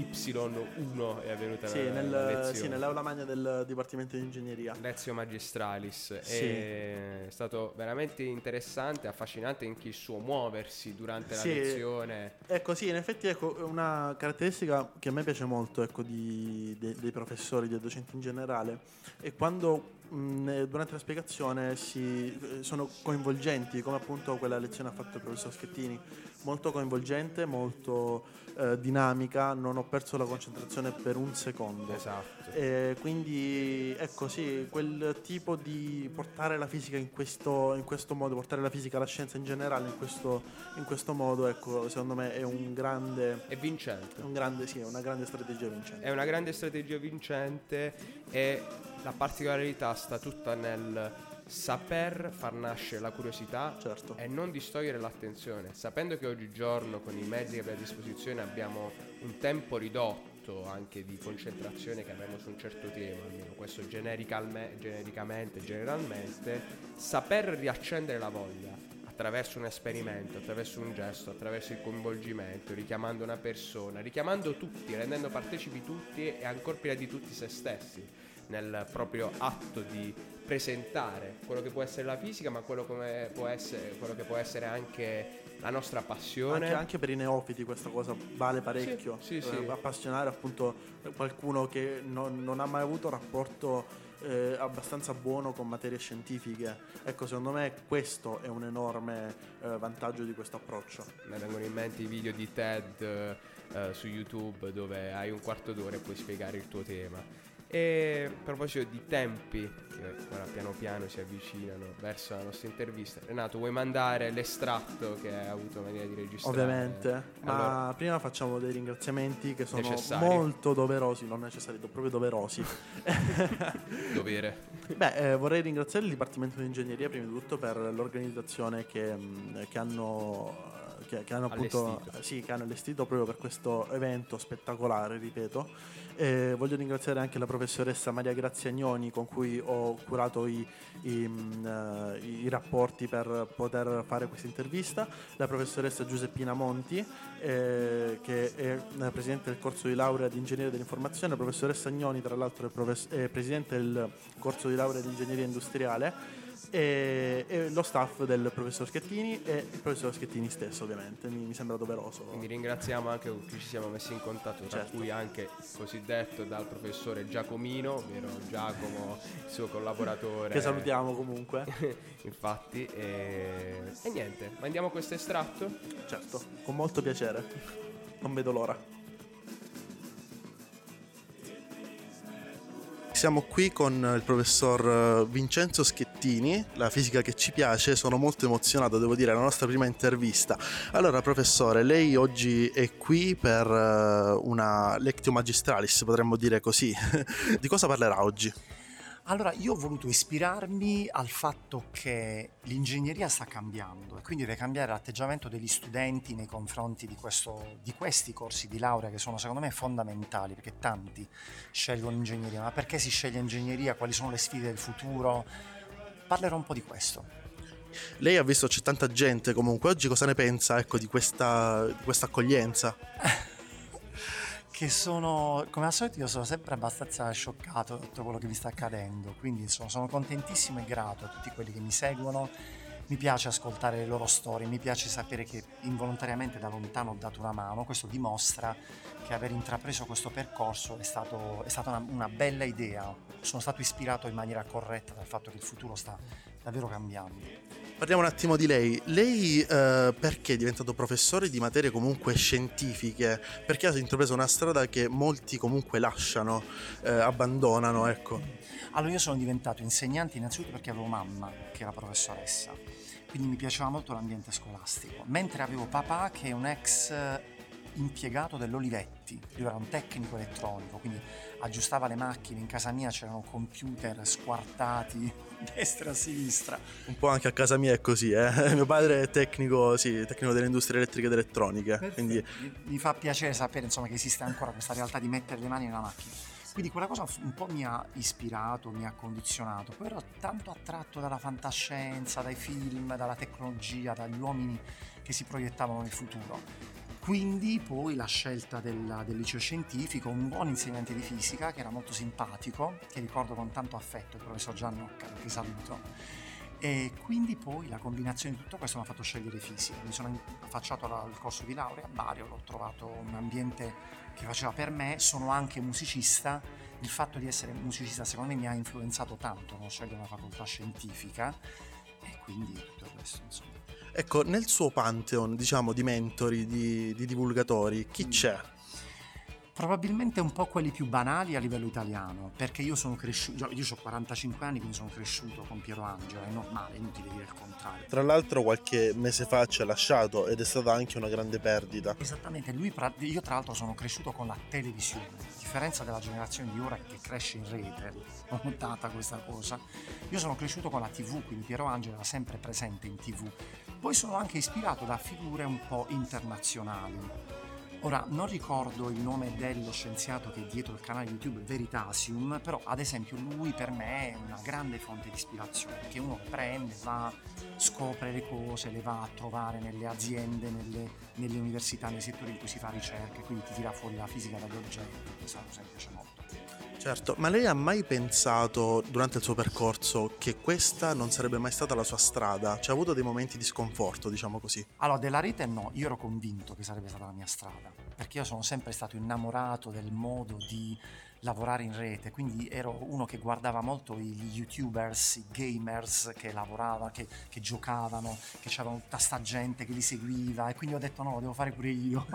Y1 è avvenuta Sì, la lezione. nell'aula magna del dipartimento di ingegneria. Lezio Magistralis. Sì. È stato veramente interessante, affascinante anche il suo muoversi durante Sì. la lezione. Ecco, sì, in effetti ecco, una caratteristica che a me piace molto, ecco, dei professori, dei docenti in generale, è quando durante la spiegazione sono coinvolgenti, come appunto quella lezione ha fatto il professor Schettini, molto coinvolgente, molto dinamica, non ho perso la concentrazione per un secondo. Esatto. Quindi ecco, sì, quel tipo di portare la fisica in questo modo, portare la fisica, la scienza in generale in questo modo, ecco, secondo me è È vincente. sì, è una grande strategia vincente. È una grande strategia vincente e la particolarità sta tutta nel saper far nascere la curiosità, Certo. e non distogliere l'attenzione, sapendo che oggigiorno con i mezzi che abbiamo a disposizione abbiamo un tempo ridotto anche di concentrazione che avremo su un certo tema, almeno questo genericamente, generalmente, saper riaccendere la voglia attraverso un esperimento, attraverso un gesto, attraverso il coinvolgimento, richiamando una persona, richiamando tutti, rendendo partecipi tutti e ancora prima di tutti se stessi nel proprio atto di presentare quello che può essere la fisica, ma quello che può essere anche la nostra passione. Anche per i neofiti questa cosa vale parecchio. Sì. Appassionare appunto qualcuno che non ha mai avuto un rapporto abbastanza buono con materie scientifiche. Ecco, secondo me questo è un enorme vantaggio di questo approccio. Mi vengono in mente i video di TED su YouTube dove hai un quarto d'ora e puoi spiegare il tuo tema. E a proposito di tempi, che ora piano piano si avvicinano verso la nostra intervista, Renato, vuoi mandare l'estratto che hai avuto maniera di registrare? Ovviamente, Allora, ma prima facciamo dei ringraziamenti che sono necessari. molto doverosi, non necessari, proprio doverosi. Dovere. Vorrei ringraziare il Dipartimento di Ingegneria prima di tutto per l'organizzazione che hanno appunto che hanno allestito proprio per questo evento spettacolare, ripeto. Voglio ringraziare anche la professoressa Maria Grazia Agnoni, con cui ho curato i rapporti per poter fare questa intervista, la professoressa Giuseppina Monti, che è presidente del corso di laurea di ingegneria dell'informazione. La professoressa Agnoni, tra l'altro, è presidente del corso di laurea di ingegneria industriale, e lo staff del professor Schettini e il professor Schettini stesso, ovviamente. Mi sembra doveroso. Quindi ringraziamo anche con chi ci siamo messi in contatto, tra Certo. cui anche cosiddetto dal professore Giacomino, ovvero Giacomo, il suo collaboratore. Che salutiamo comunque. Infatti, e niente, mandiamo questo estratto? Certo, con molto piacere. Non vedo l'ora. Siamo qui con il professor Vincenzo Schettini, la fisica che ci piace. Sono molto emozionato, devo dire, è la nostra prima intervista. Allora, professore, lei oggi è qui per una Lectio Magistralis, potremmo dire così. Di cosa parlerà oggi? Allora, io ho voluto ispirarmi al fatto che l'ingegneria sta cambiando e quindi deve cambiare l'atteggiamento degli studenti nei confronti di questi corsi di laurea, che sono secondo me fondamentali, perché tanti scelgono ingegneria. Ma perché si sceglie ingegneria? Quali sono le sfide del futuro? Parlerò un po' di questo. Lei ha visto c'è tanta gente comunque. Oggi cosa ne pensa, ecco, di questa accoglienza? Che sono, come al solito, io sono sempre abbastanza scioccato da tutto quello che mi sta accadendo, quindi sono contentissimo e grato a tutti quelli che mi seguono. Mi piace ascoltare le loro storie, mi piace sapere che involontariamente da lontano ho dato una mano. Questo dimostra che aver intrapreso questo percorso è stata una bella idea. Sono stato ispirato in maniera corretta dal fatto che il futuro sta davvero cambiando. Parliamo un attimo di lei. Lei perché è diventato professore di materie comunque scientifiche? Perché ha intrapreso una strada che molti comunque lasciano, abbandonano, ecco. Allora, io sono diventato insegnante innanzitutto perché avevo mamma che era professoressa, quindi mi piaceva molto l'ambiente scolastico, mentre avevo papà che è un ex impiegato dell'Olivetti. Lui era un tecnico elettronico, quindi aggiustava le macchine. In casa mia c'erano computer squartati destra a sinistra. Un po' anche a casa mia è così, Mio padre è tecnico delle industrie elettriche ed elettroniche, quindi Mi fa piacere sapere, insomma, che esiste ancora questa realtà di mettere le mani nella macchina. Quindi quella cosa un po' mi ha ispirato, mi ha condizionato. Poi ero tanto attratto dalla fantascienza, dai film, dalla tecnologia, dagli uomini che si proiettavano nel futuro. Quindi poi la scelta del liceo scientifico, un buon insegnante di fisica che era molto simpatico, che ricordo con tanto affetto, il professor Giannocca, che saluto. E quindi poi la combinazione di tutto questo mi ha fatto scegliere fisica. Mi sono affacciato al corso di laurea a Bari, ho trovato un ambiente che faceva per me. Sono anche musicista, il fatto di essere musicista secondo me mi ha influenzato tanto, non scegliere una facoltà scientifica e quindi tutto il resto, insomma. Ecco, nel suo pantheon, diciamo, di mentori, di divulgatori, chi c'è? Probabilmente un po' quelli più banali a livello italiano, perché io sono cresciuto, io ho 45 anni, quindi sono cresciuto con Piero Angela, è normale, è inutile dire il contrario. Tra l'altro qualche mese fa ci ha lasciato ed è stata anche una grande perdita. Esattamente, io tra l'altro sono cresciuto con la televisione, a differenza della generazione di ora che cresce in rete, ho notata questa cosa. Io sono cresciuto con la TV, quindi Piero Angela era sempre presente in TV. Poi sono anche ispirato da figure un po' internazionali. Ora, non ricordo il nome dello scienziato che è dietro il canale YouTube Veritasium, però ad esempio lui per me è una grande fonte di ispirazione, perché uno prende, va, scopre le cose, le va a trovare nelle aziende, nelle università, nei settori in cui si fa ricerca, quindi ti tira fuori la fisica dagli oggetti, questa cosa mi piace molto. Certo, ma lei ha mai pensato durante il suo percorso che questa non sarebbe mai stata la sua strada? Cioè ha avuto dei momenti di sconforto, diciamo così? Allora, della rete no, io ero convinto che sarebbe stata la mia strada, perché io sono sempre stato innamorato del modo di lavorare in rete, quindi ero uno che guardava molto gli youtubers, i gamers che lavoravano, che giocavano, che c'avevano tutta sta gente che li seguiva e quindi ho detto no, lo devo fare pure io.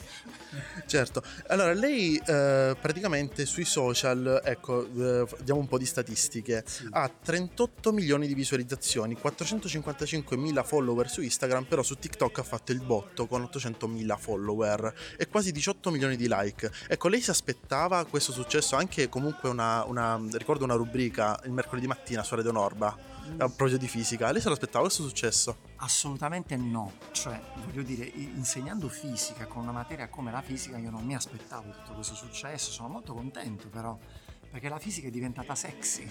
Certo, allora lei praticamente sui social, ecco, diamo un po' di statistiche, Sì. ha 38 milioni di visualizzazioni, 455 mila follower su Instagram, però su TikTok ha fatto il botto con 800 mila follower e quasi 18 milioni di like. Ecco, lei si aspettava questo successo, anche comunque ricordo una rubrica il mercoledì mattina su Radio Norba, a proposito di fisica, lei se lo aspettava questo successo? Assolutamente no, cioè voglio dire, insegnando fisica con una materia come la fisica io non mi aspettavo tutto questo successo, sono molto contento però, perché la fisica è diventata sexy.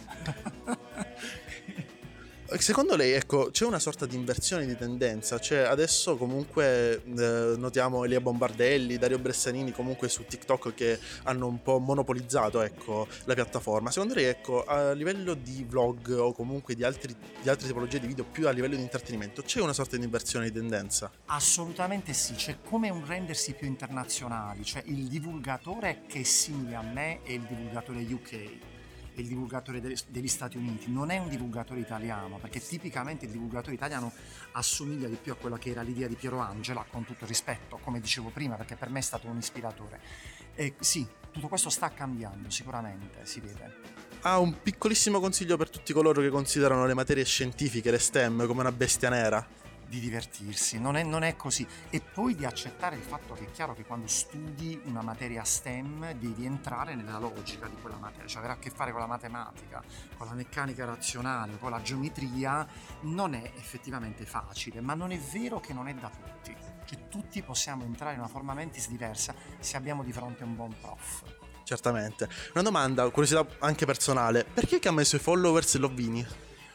Secondo lei, ecco, c'è una sorta di inversione di tendenza? Cioè adesso comunque notiamo Elia Bombardelli, Dario Bressanini comunque su TikTok che hanno un po' monopolizzato, ecco, la piattaforma. Secondo lei, ecco, a livello di vlog o comunque di altre tipologie di video più a livello di intrattenimento, c'è una sorta di inversione di tendenza? Assolutamente sì, c'è come un rendersi più internazionali, cioè il divulgatore che è simile a me è il divulgatore UK, è il divulgatore degli Stati Uniti, non è un divulgatore italiano, perché tipicamente il divulgatore italiano assomiglia di più a quella che era l'idea di Piero Angela, con tutto il rispetto, come dicevo prima, perché per me è stato un ispiratore. E sì, tutto questo sta cambiando, sicuramente, si vede. Ha un piccolissimo consiglio per tutti coloro che considerano le materie scientifiche, le STEM, come una bestia nera? Di divertirsi, non è così, e poi di accettare il fatto che è chiaro che quando studi una materia STEM devi entrare nella logica di quella materia, cioè avere a che fare con la matematica, con la meccanica razionale, con la geometria, non è effettivamente facile, ma non è vero che non è da tutti, che tutti possiamo entrare in una forma mentis diversa se abbiamo di fronte un buon prof. Certamente. Una domanda, curiosità anche personale, perché che ha messo i followers Lovini?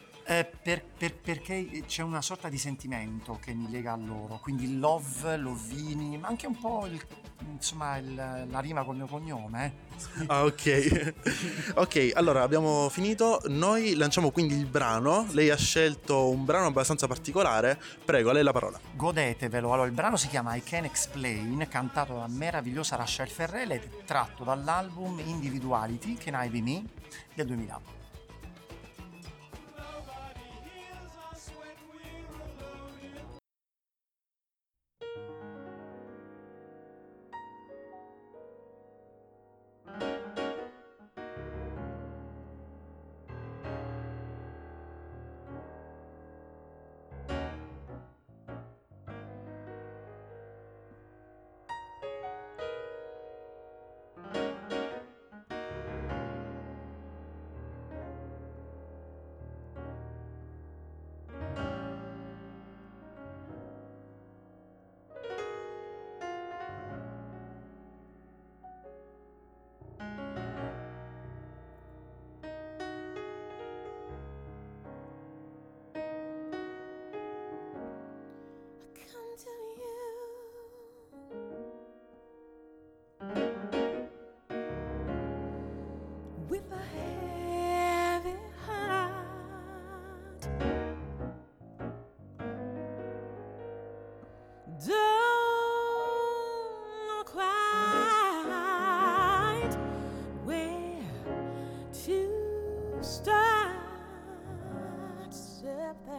Perché c'è una sorta di sentimento che mi lega a loro, quindi love, lovini, ma anche un po' la rima col mio cognome. Ah, ok. Ok, allora abbiamo finito. Noi lanciamo quindi il brano. Lei ha scelto un brano abbastanza particolare. Prego, a lei la parola. Godetevelo. Allora, il brano si chiama I Can Explain, cantato dalla meravigliosa Rachel Ferrell ed è tratto dall'album Individuality, Can I Be Me, del 2000.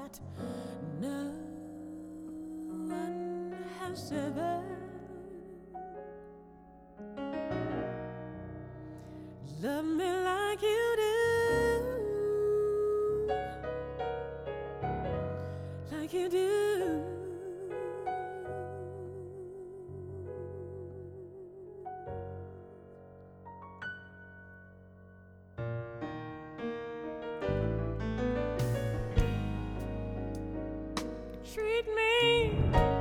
that no one has ever loved me like you do, like you do. Treat me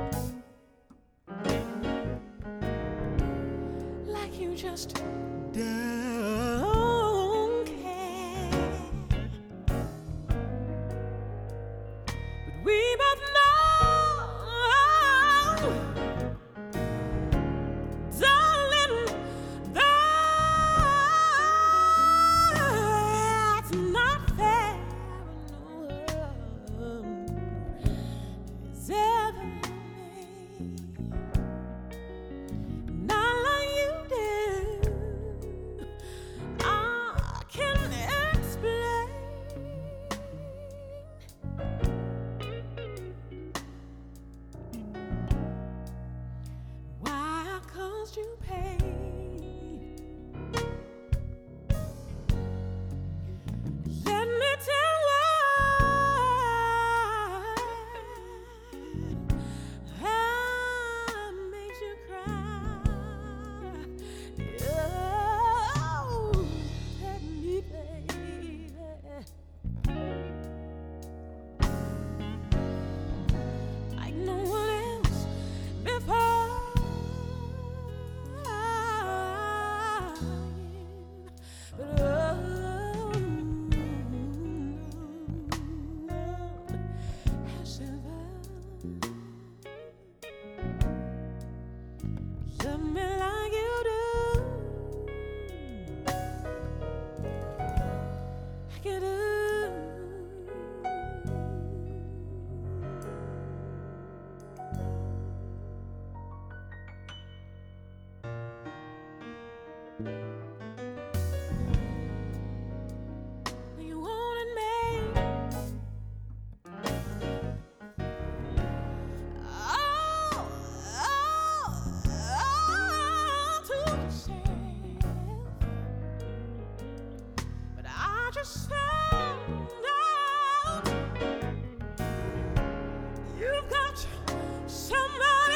like you just don't care. But we both know, darling, that's not fair. No. Not like you do. I can explain why I caused you pain. Let me tell like no one else before you, but has ever loved me like you do, like you do. You wanted me, to yourself, but I just found out you've got somebody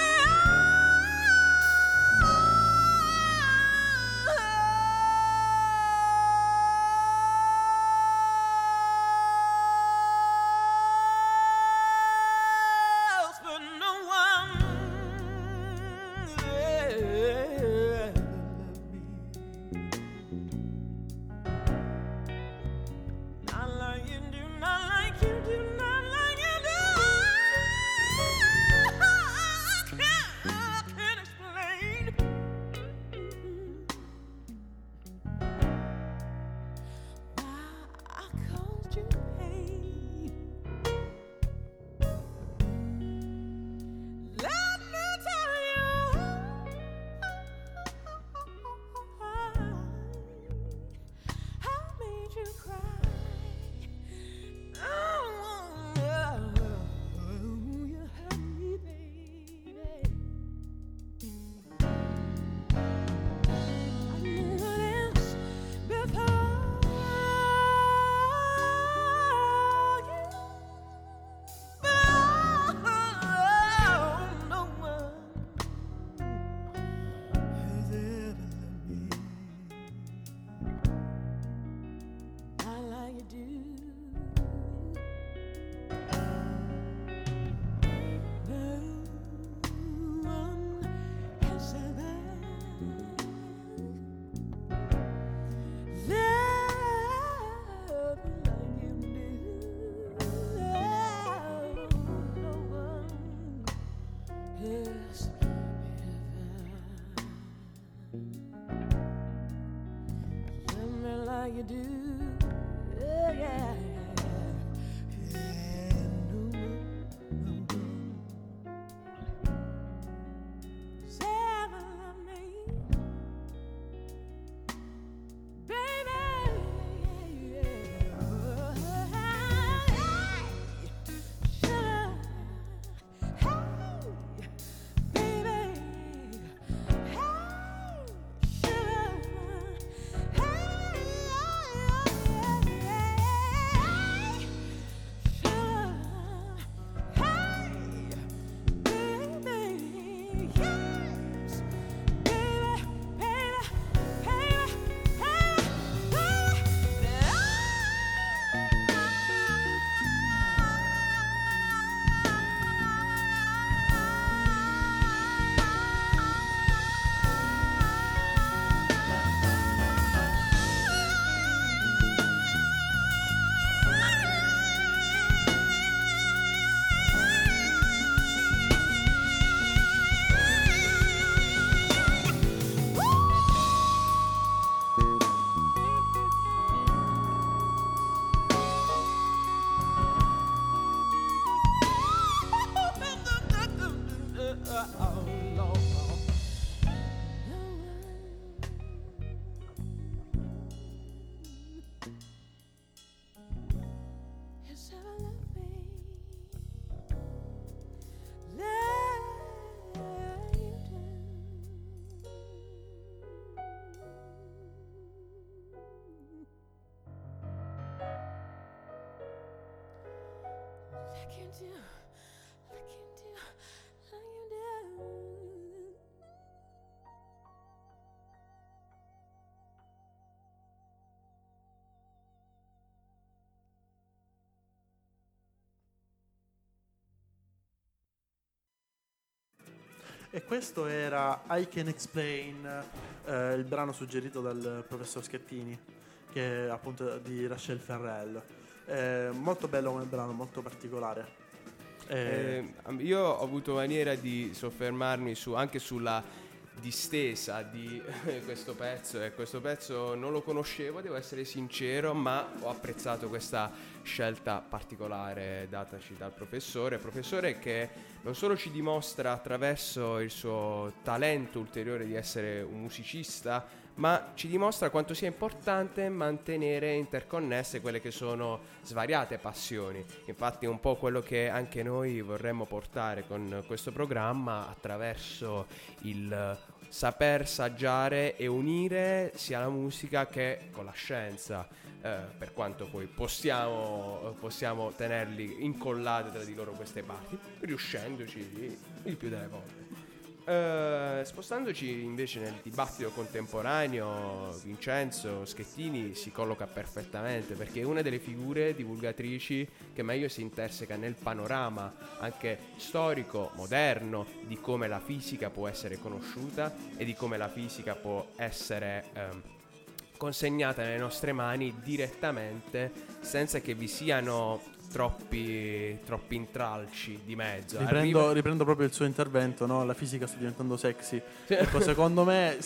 else, but no one not like you do, not like you do, not like you do. I can't explain why I caused you pain. Let me tell you, I made you cry. Oh, you had me, baby. I knew what else before you, but no one has ever loved me not like you do. No one has ever loved like you do. No one has ever loved me like you do. Yeah. No one has ever loved me, baby. like you do, like you do, like you do. E questo era I Can Explain, il brano suggerito dal professor Schettini, che è appunto di Rachel Ferrell. Molto bello come brano, molto particolare. Io ho avuto maniera di soffermarmi anche sulla distesa di questo pezzo, e questo pezzo non lo conoscevo, devo essere sincero, ma ho apprezzato questa scelta particolare dataci dal professore che non solo ci dimostra attraverso il suo talento ulteriore di essere un musicista, ma ci dimostra quanto sia importante mantenere interconnesse quelle che sono svariate passioni. Infatti è un po' quello che anche noi vorremmo portare con questo programma, attraverso il saper saggiare e unire sia la musica che con la scienza, per quanto poi possiamo tenerli incollate tra di loro queste parti, riuscendoci il più delle volte. Spostandoci invece nel dibattito contemporaneo, Vincenzo Schettini si colloca perfettamente, perché è una delle figure divulgatrici che meglio si interseca nel panorama anche storico, moderno, di come la fisica può essere conosciuta e di come la fisica può essere consegnata nelle nostre mani direttamente, senza che vi siano troppi intralci di mezzo. Riprendo proprio il suo intervento, no? La fisica sta diventando sexy. Ecco, secondo me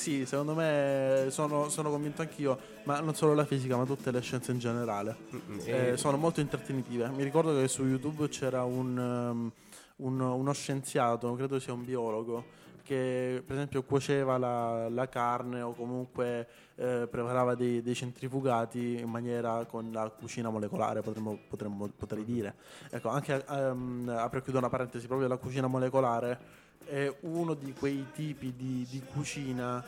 sono convinto anch'io, ma non solo la fisica, ma tutte le scienze in generale. Sono molto intrattenitive. Mi ricordo che su YouTube c'era uno scienziato, credo sia un biologo, che per esempio cuoceva la carne o comunque preparava dei centrifugati in maniera con la cucina molecolare, potrei dire. Ecco, anche apro e chiudo una parentesi, proprio la cucina molecolare è uno di quei tipi di cucina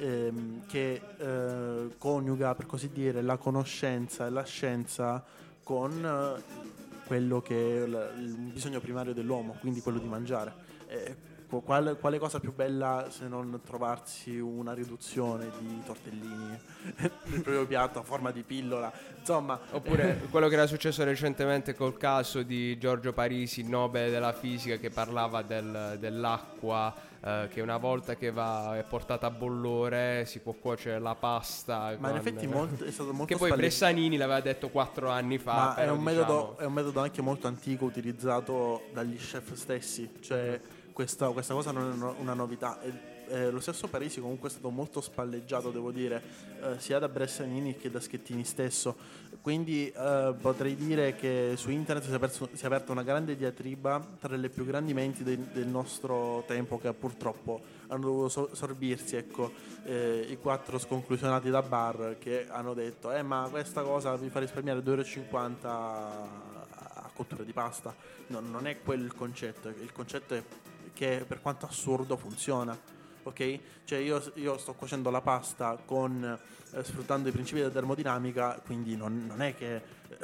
che coniuga, per così dire, la conoscenza e la scienza con quello che è il bisogno primario dell'uomo, quindi quello di mangiare. Quale cosa più bella se non trovarsi una riduzione di tortellini nel proprio piatto a forma di pillola, insomma. Oppure quello che era successo recentemente col caso di Giorgio Parisi, Nobel della fisica, che parlava dell'acqua che una volta che è portata a bollore si può cuocere la pasta. Ma in effetti è stato molto che poi Bressanini l'aveva detto 4 anni fa. Ma però, è un metodo anche molto antico, utilizzato dagli chef stessi, cioè questa cosa non è una novità. Lo stesso Parisi comunque è stato molto spalleggiato, devo dire, sia da Bressanini che da Schettini stesso. Quindi potrei dire che su internet si è aperta una grande diatriba tra le più grandi menti del nostro tempo, che purtroppo hanno dovuto sorbirsi, ecco, i 4 sconclusionati da bar, che hanno detto ma questa cosa vi fa risparmiare 2,50 € a cottura di pasta. No, non è quello il concetto è che, per quanto assurdo, funziona. Ok? Cioè io sto cuocendo la pasta sfruttando i principi della termodinamica, quindi non è che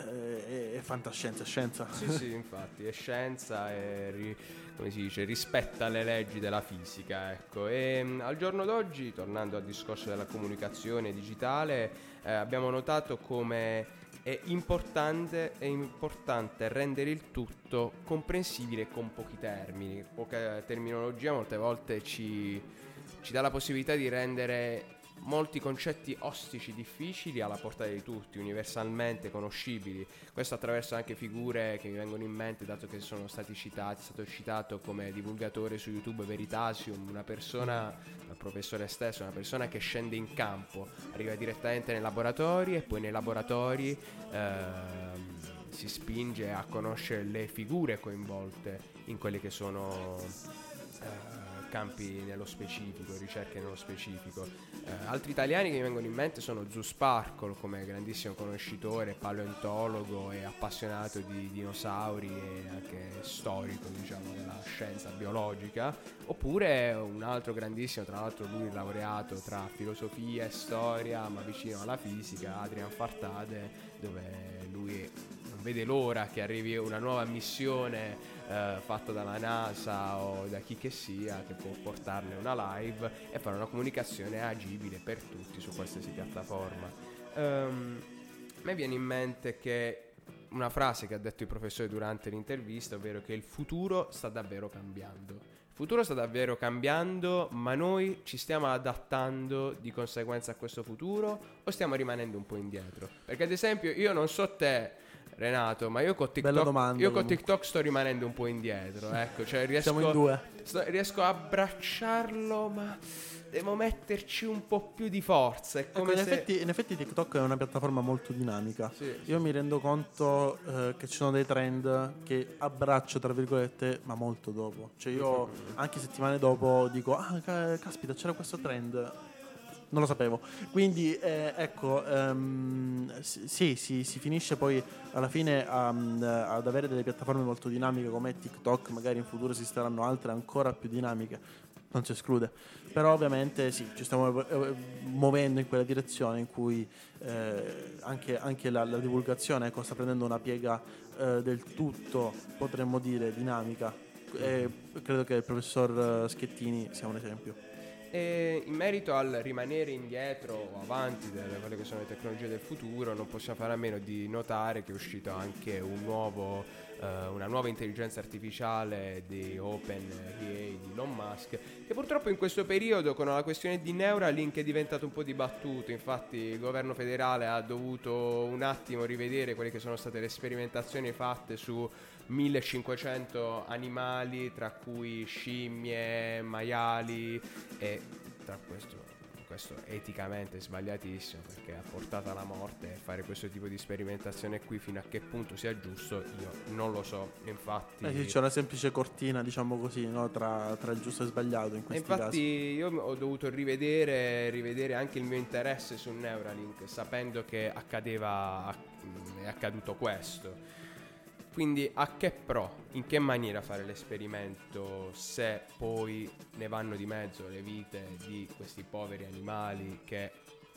è fantascienza, è scienza. Sì, infatti è scienza e come si dice, rispetta le leggi della fisica, ecco. E al giorno d'oggi, tornando al discorso della comunicazione digitale, abbiamo notato come è importante rendere il tutto comprensibile con pochi termini. Poca terminologia molte volte ci dà la possibilità di rendere molti concetti ostici, difficili, alla portata di tutti, universalmente conoscibili. Questo attraverso anche figure che mi vengono in mente, dato che sono stati citati. È stato citato come divulgatore su YouTube Veritasium, una persona, il professore stesso, una persona che scende in campo, arriva direttamente nei laboratori e poi nei laboratori si spinge a conoscere le figure coinvolte in quelli che sono campi nello specifico, ricerche nello specifico. Altri italiani che mi vengono in mente sono Zu Sparkle, come grandissimo conoscitore, paleontologo e appassionato di dinosauri e anche storico, diciamo, della scienza biologica. Oppure un altro grandissimo, tra l'altro lui laureato tra filosofia e storia, ma vicino alla fisica, Adrian Fartade, dove lui è un vede l'ora che arrivi una nuova missione fatta dalla NASA o da chi che sia, che può portarne una live e fare una comunicazione agibile per tutti su qualsiasi piattaforma. A me viene in mente che una frase che ha detto il professore durante l'intervista, ovvero che il futuro sta davvero cambiando. Il futuro sta davvero cambiando, ma noi ci stiamo adattando di conseguenza a questo futuro o stiamo rimanendo un po' indietro? Perché ad esempio io non so te, Renato, ma io con Bella domanda, TikTok, comunque. sto rimanendo un po' indietro, ecco, cioè Siamo in due. riesco a abbracciarlo, ma devo metterci un po' più di forza. È come Ecco, in effetti TikTok è una piattaforma molto dinamica. Sì. Io mi rendo conto che ci sono dei trend che abbraccio, tra virgolette, ma molto dopo. Cioè io anche settimane dopo dico, caspita, c'era questo trend. Non lo sapevo. Quindi ecco, sì, si finisce poi alla fine ad avere delle piattaforme molto dinamiche come TikTok. Magari in futuro esisteranno altre ancora più dinamiche, non si esclude. Però ovviamente sì, ci stiamo muovendo in quella direzione in cui anche la divulgazione, ecco, sta prendendo una piega del tutto, potremmo dire, dinamica. E credo che il professor Schettini sia un esempio. E in merito al rimanere indietro o avanti delle quelle che sono le tecnologie del futuro, non possiamo fare a meno di notare che è uscito anche una nuova intelligenza artificiale di OpenAI di Elon Musk, che purtroppo in questo periodo con la questione di Neuralink è diventato un po' dibattuto. Infatti il governo federale ha dovuto un attimo rivedere quelle che sono state le sperimentazioni fatte su 1500 animali, tra cui scimmie, maiali, e tra questo eticamente sbagliatissimo, perché ha portato alla morte, e fare questo tipo di sperimentazione qui fino a che punto sia giusto io non lo so. Infatti Sì, c'è una semplice cortina, diciamo così, no? tra il giusto e il sbagliato in questi infatti casi. io ho dovuto rivedere anche il mio interesse su Neuralink, sapendo che è accaduto questo. Quindi a che pro? In che maniera fare l'esperimento se poi ne vanno di mezzo le vite di questi poveri animali che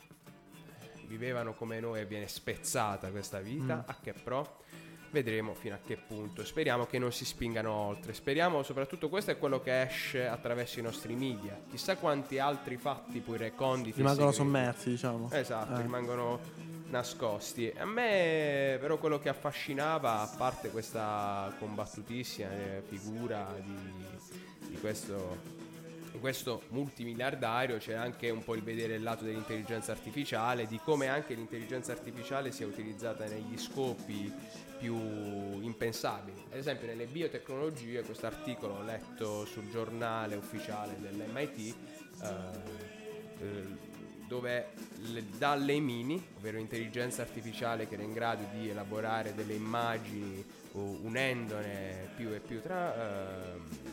vivevano come noi e viene spezzata questa vita? A che pro? Vedremo fino a che punto. Speriamo che non si spingano oltre. Speriamo, soprattutto, questo è quello che esce attraverso i nostri media. Chissà quanti altri fatti poi reconditi Rimangono segreti. sommersi, diciamo. Esatto, rimangono nascosti. A me però quello che affascinava, a parte questa combattutissima figura di questo multimiliardario, c'è anche un po' il vedere il lato dell'intelligenza artificiale, di come anche l'intelligenza artificiale sia utilizzata negli scopi più impensabili. Ad esempio nelle biotecnologie, questo articolo letto sul giornale ufficiale dell'MIT, dove dalle mini, ovvero intelligenza artificiale che era in grado di elaborare delle immagini unendone più e più tra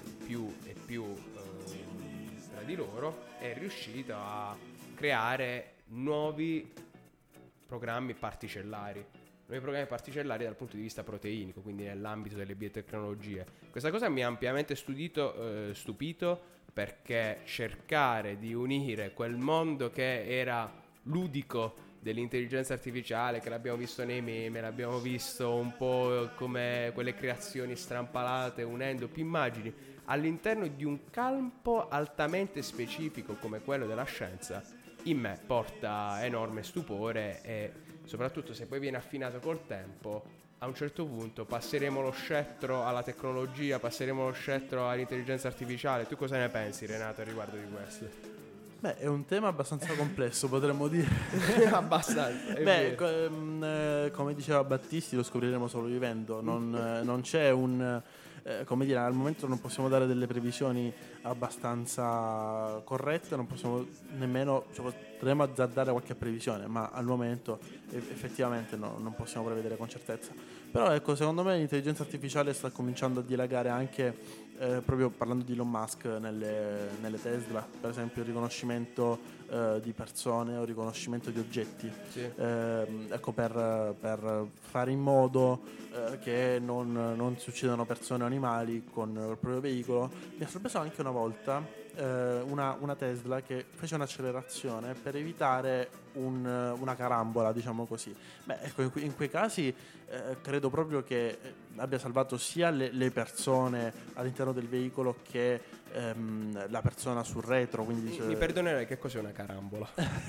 di loro, è riuscito a creare nuovi programmi particellari dal punto di vista proteinico, quindi nell'ambito delle biotecnologie. Questa cosa mi ha ampiamente stupito, perché cercare di unire quel mondo che era ludico dell'intelligenza artificiale, che l'abbiamo visto nei meme, l'abbiamo visto un po' come quelle creazioni strampalate, unendo più immagini all'interno di un campo altamente specifico come quello della scienza, in me porta enorme stupore. E soprattutto se poi viene affinato col tempo, a un certo punto passeremo lo scettro alla tecnologia, passeremo lo scettro all'intelligenza artificiale. Tu cosa ne pensi, Renato, a riguardo di questo? Beh, è un tema abbastanza complesso, potremmo dire. Abbastanza. Beh, come diceva Battisti, lo scopriremo solo vivendo. Non c'è un... come dire, al momento non possiamo dare delle previsioni abbastanza corrette, non possiamo nemmeno, cioè, potremmo azzardare qualche previsione, ma al momento effettivamente non possiamo prevedere con certezza. Però ecco, secondo me l'intelligenza artificiale sta cominciando a dilagare anche proprio parlando di Elon Musk nelle Tesla, per esempio il riconoscimento di persone o il riconoscimento di oggetti. Sì. Ecco, per fare in modo che non succedano persone o animali con il proprio veicolo. Mi ha sorpreso anche una volta una Tesla che fece un'accelerazione per evitare una carambola, diciamo così. Beh, ecco, in quei casi credo proprio che abbia salvato sia le persone all'interno del veicolo che la persona sul retro. Quindi Mi perdonerai, che cos'è una carambola?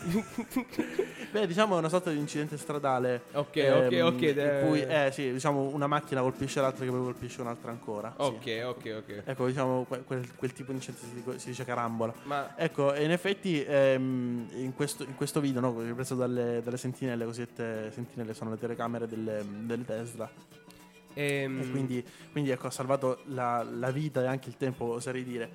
beh, diciamo è una sorta di incidente stradale. Ok, in cui sì, diciamo una macchina colpisce l'altra che poi colpisce un'altra ancora. Ok, sì. ok. Ecco, diciamo quel tipo di incidente si dice carambola. Ma Ecco, e in effetti in questo video, no, preso dalle sentinelle, cosiddette sentinelle sono le telecamere delle Tesla. E quindi ecco, ha salvato la vita e anche il tempo, oserei dire,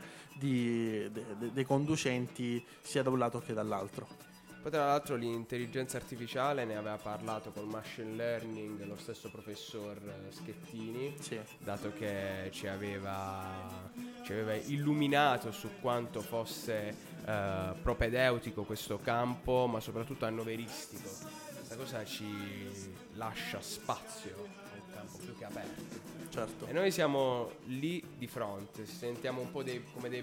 dei conducenti sia da un lato che dall'altro. poi tra l'altro l'intelligenza artificiale ne aveva parlato col machine learning lo stesso professor Schettini, Sì. dato che ci aveva illuminato su quanto fosse propedeutico questo campo, ma soprattutto annoveristico. Questa cosa ci lascia spazio a un campo più che aperto. Certo. E noi siamo lì di fronte, ci sentiamo un po' come dei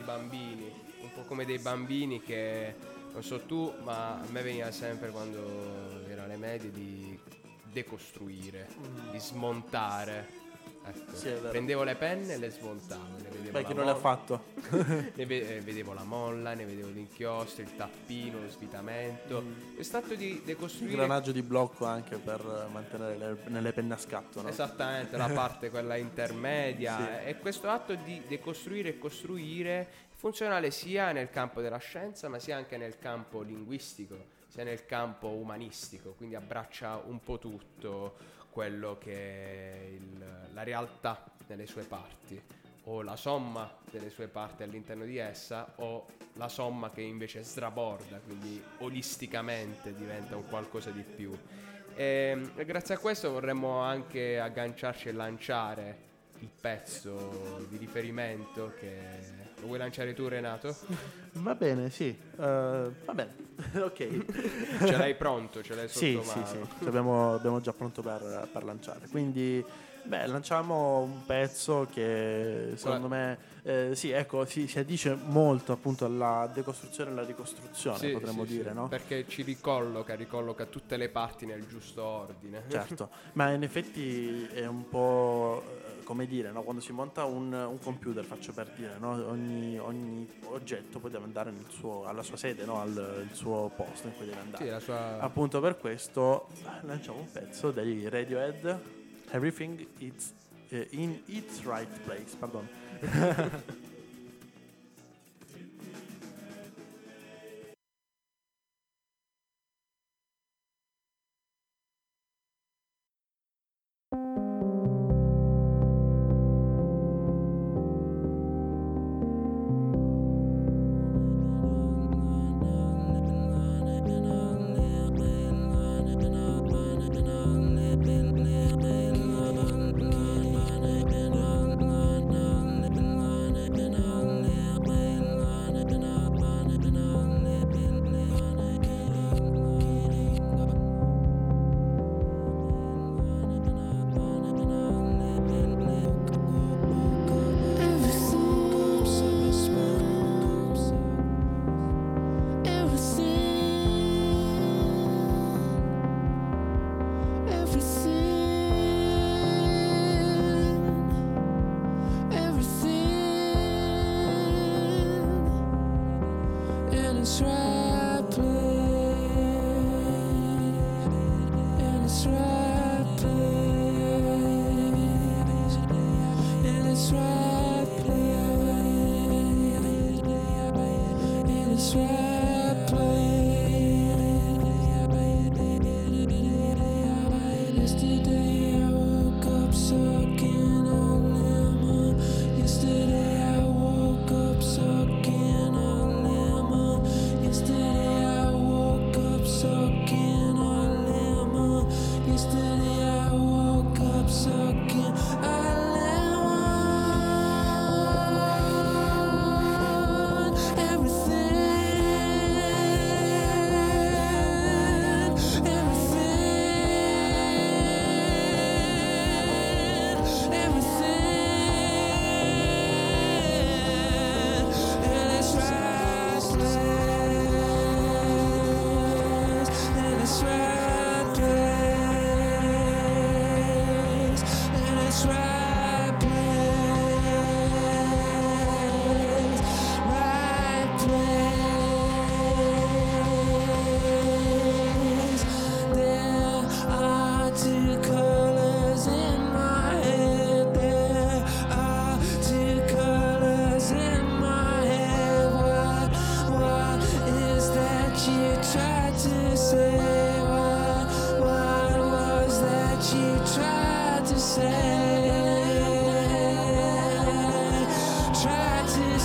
bambini che, non so tu, ma a me veniva sempre quando ero alle medie di decostruire, di smontare. Ecco. Sì, è vero. Prendevo le penne e le smontavo. Ne vedevo Beh, la chi non l'ha molla, fatto? vedevo la molla, ne vedevo l'inchiostro, il tappino, lo svitamento. Quest'atto di decostruire. Ingranaggio di blocco anche per mantenere nelle penne a scatto, no? Esattamente, la parte quella intermedia. Sì. E questo atto di decostruire e costruire è funzionale sia nel campo della scienza, ma sia anche nel campo linguistico, sia nel campo umanistico, quindi abbraccia un po' tutto quello che è la realtà nelle sue parti, o la somma delle sue parti all'interno di essa, o la somma che invece sraborda, quindi olisticamente diventa un qualcosa di più. E grazie a questo vorremmo anche agganciarci e lanciare il pezzo di riferimento che... Lo vuoi lanciare tu, Renato? Va bene, sì. Va bene. Ok. Ce l'hai pronto, ce l'hai sotto Sì, mano. sì. Abbiamo già pronto per lanciare. Quindi, lanciamo un pezzo che secondo me sì, ecco, si addice molto appunto alla decostruzione e alla ricostruzione, Sì, potremmo sì, dire, sì, no? perché ci ricolloca tutte le parti nel giusto ordine. Certo, ma in effetti è un po' come dire, no? Quando si monta un computer, faccio per dire, no? Ogni oggetto poi deve andare alla sua sede, no? Il suo posto in cui deve andare. Sì, la sua... Appunto per questo lanciamo un pezzo dei Radiohead, Everything It's in Its Right Place, pardon. tried to say, tried to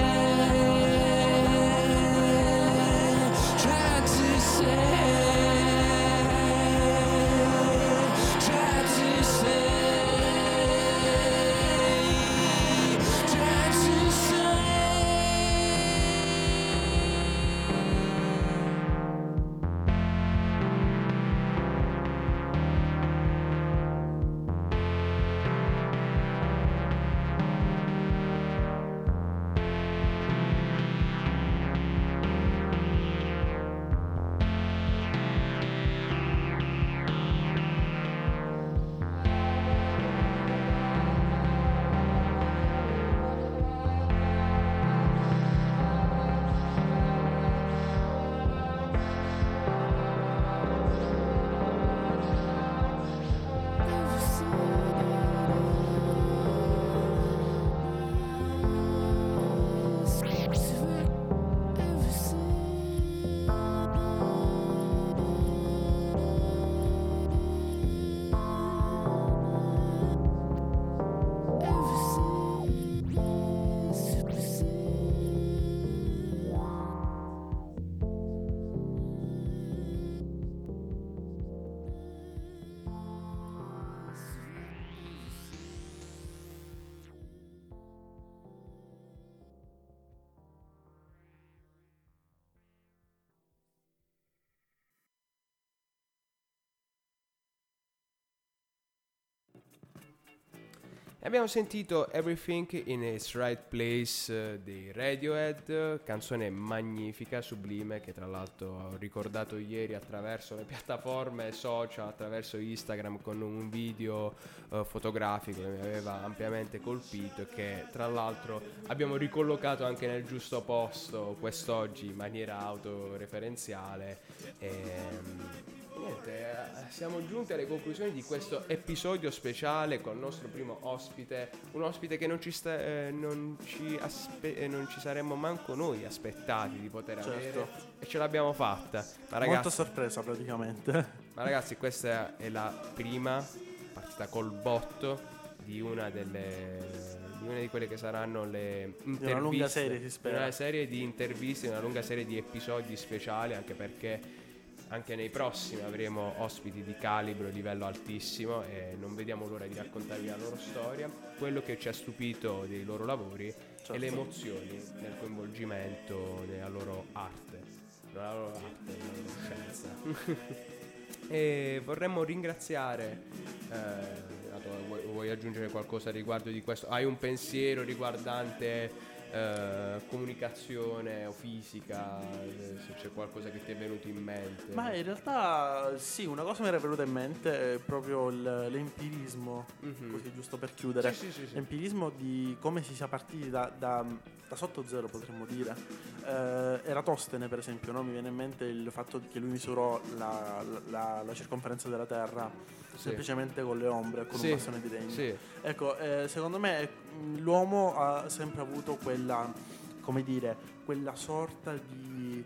Abbiamo sentito Everything in its Right Place dei Radiohead, canzone magnifica, sublime, che tra l'altro ho ricordato ieri attraverso le piattaforme social, attraverso Instagram, con un video fotografico che mi aveva ampiamente colpito e che tra l'altro abbiamo ricollocato anche nel giusto posto quest'oggi in maniera autoreferenziale. Niente, siamo giunti alle conclusioni di questo episodio speciale con il nostro primo ospite, un ospite che non ci saremmo manco noi aspettati di poter avere, e ce l'abbiamo fatta. Ma ragazzi, molta sorpresa praticamente. Ma ragazzi, questa è la prima partita col botto di una di quelle che saranno le interviste, una lunga serie, si spera. Una serie di interviste, una lunga serie di episodi speciali, anche perché anche nei prossimi avremo ospiti di calibro e livello altissimo e non vediamo l'ora di raccontarvi la loro storia, quello che ci ha stupito dei loro lavori e le emozioni nel coinvolgimento della loro arte, nella loro scienza. E vorremmo ringraziare, vuoi aggiungere qualcosa riguardo di questo? Hai un pensiero riguardante comunicazione o fisica, se c'è qualcosa che ti è venuto in mente? Ma in realtà sì, una cosa mi era venuta in mente è proprio l'empirismo, così giusto per chiudere. Sì. L'empirismo di come si sia partiti da sotto zero, potremmo dire. Eratostene, per esempio, no? Mi viene in mente il fatto che lui misurò la circonferenza della Terra semplicemente con le ombre, con un bastone di legno. Sì. Ecco, secondo me l'uomo ha sempre avuto quella, come dire, quella sorta di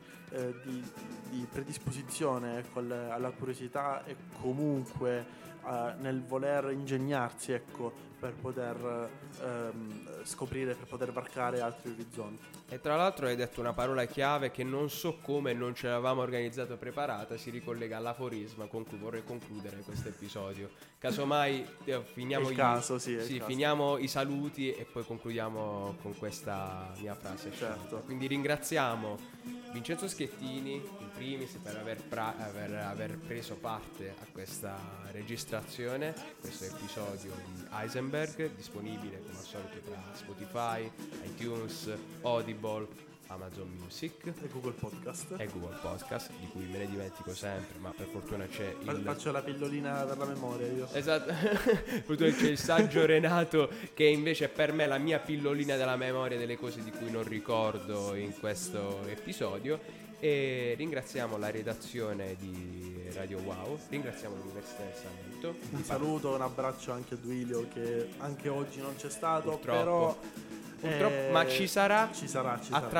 predisposizione, ecco, alla curiosità e comunque nel voler ingegnarsi, ecco, per poter scoprire, per poter varcare altri orizzonti. E tra l'altro hai detto una parola chiave che non so come non ce l'avevamo organizzata o preparata, si ricollega all'aforisma con cui vorrei concludere questo episodio. Casomai finiamo finiamo i saluti e poi concludiamo con questa mia frase. Certo. Quindi ringraziamo Vincenzo Schettini in primis per aver preso parte a questa registrazione, questo episodio di Heisenberg, disponibile come al solito tra Spotify, iTunes, Audible, Amazon Music e Google Podcast, di cui me ne dimentico sempre, ma per fortuna c'è faccio la pillolina per la memoria io. Esatto. Poi c'è il saggio Renato, che invece è per me la mia pillolina della memoria delle cose di cui non ricordo in questo episodio. E ringraziamo la redazione di Radio Wow, ringraziamo l'Università del Salento. Un saluto, un abbraccio anche a Duilio, che anche oggi non c'è stato, purtroppo, ma ci sarà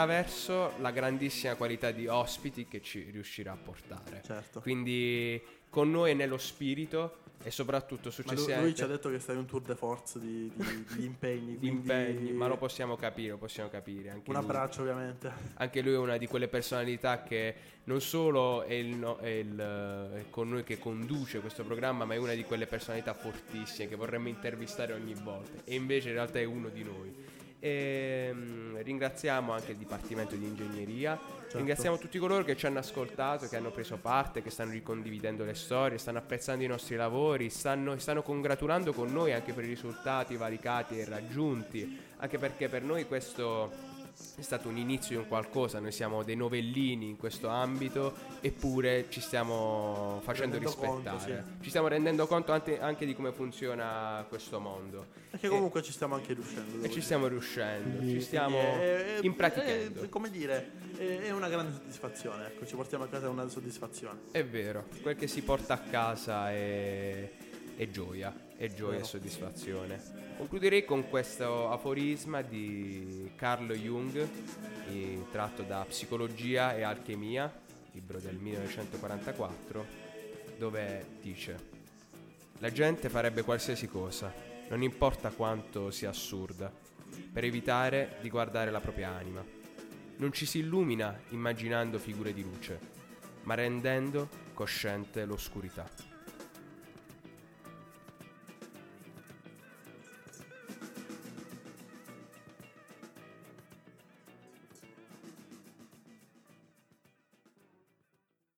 attraverso la grandissima qualità di ospiti che ci riuscirà a portare. Certo. Quindi con noi nello spirito e soprattutto Ma successivamente lui ci ha detto che stai un tour de force di impegni. di quindi impegni, ma lo possiamo capire, anche Un lui. abbraccio ovviamente. Anche lui è una di quelle personalità che non solo è con noi che conduce questo programma, ma è una di quelle personalità fortissime che vorremmo intervistare ogni volta, e invece in realtà è uno di noi. E ringraziamo anche il Dipartimento di Ingegneria, ringraziamo tutti coloro che ci hanno ascoltato, che hanno preso parte, che stanno ricondividendo le storie, stanno apprezzando i nostri lavori, stanno congratulando con noi anche per i risultati valicati e raggiunti, anche perché per noi questo è stato un inizio di un qualcosa. Noi siamo dei novellini in questo ambito, eppure ci stiamo facendo Rendendo rispettare, conto, ci stiamo rendendo conto anche di come funziona questo mondo, Perché comunque ci stiamo anche riuscendo. e ci stiamo riuscendo, Quindi ci stiamo impraticando. come dire, è una grande soddisfazione. Ecco, ci portiamo a casa una soddisfazione. È vero, quel che si porta a casa è gioia, Vero. e soddisfazione. Concluderei con questo aforisma di Carl Jung, tratto da Psicologia e Alchimia, libro del 1944, dove dice: la gente farebbe qualsiasi cosa, non importa quanto sia assurda, per evitare di guardare la propria anima. Non ci si illumina immaginando figure di luce, ma rendendo cosciente l'oscurità.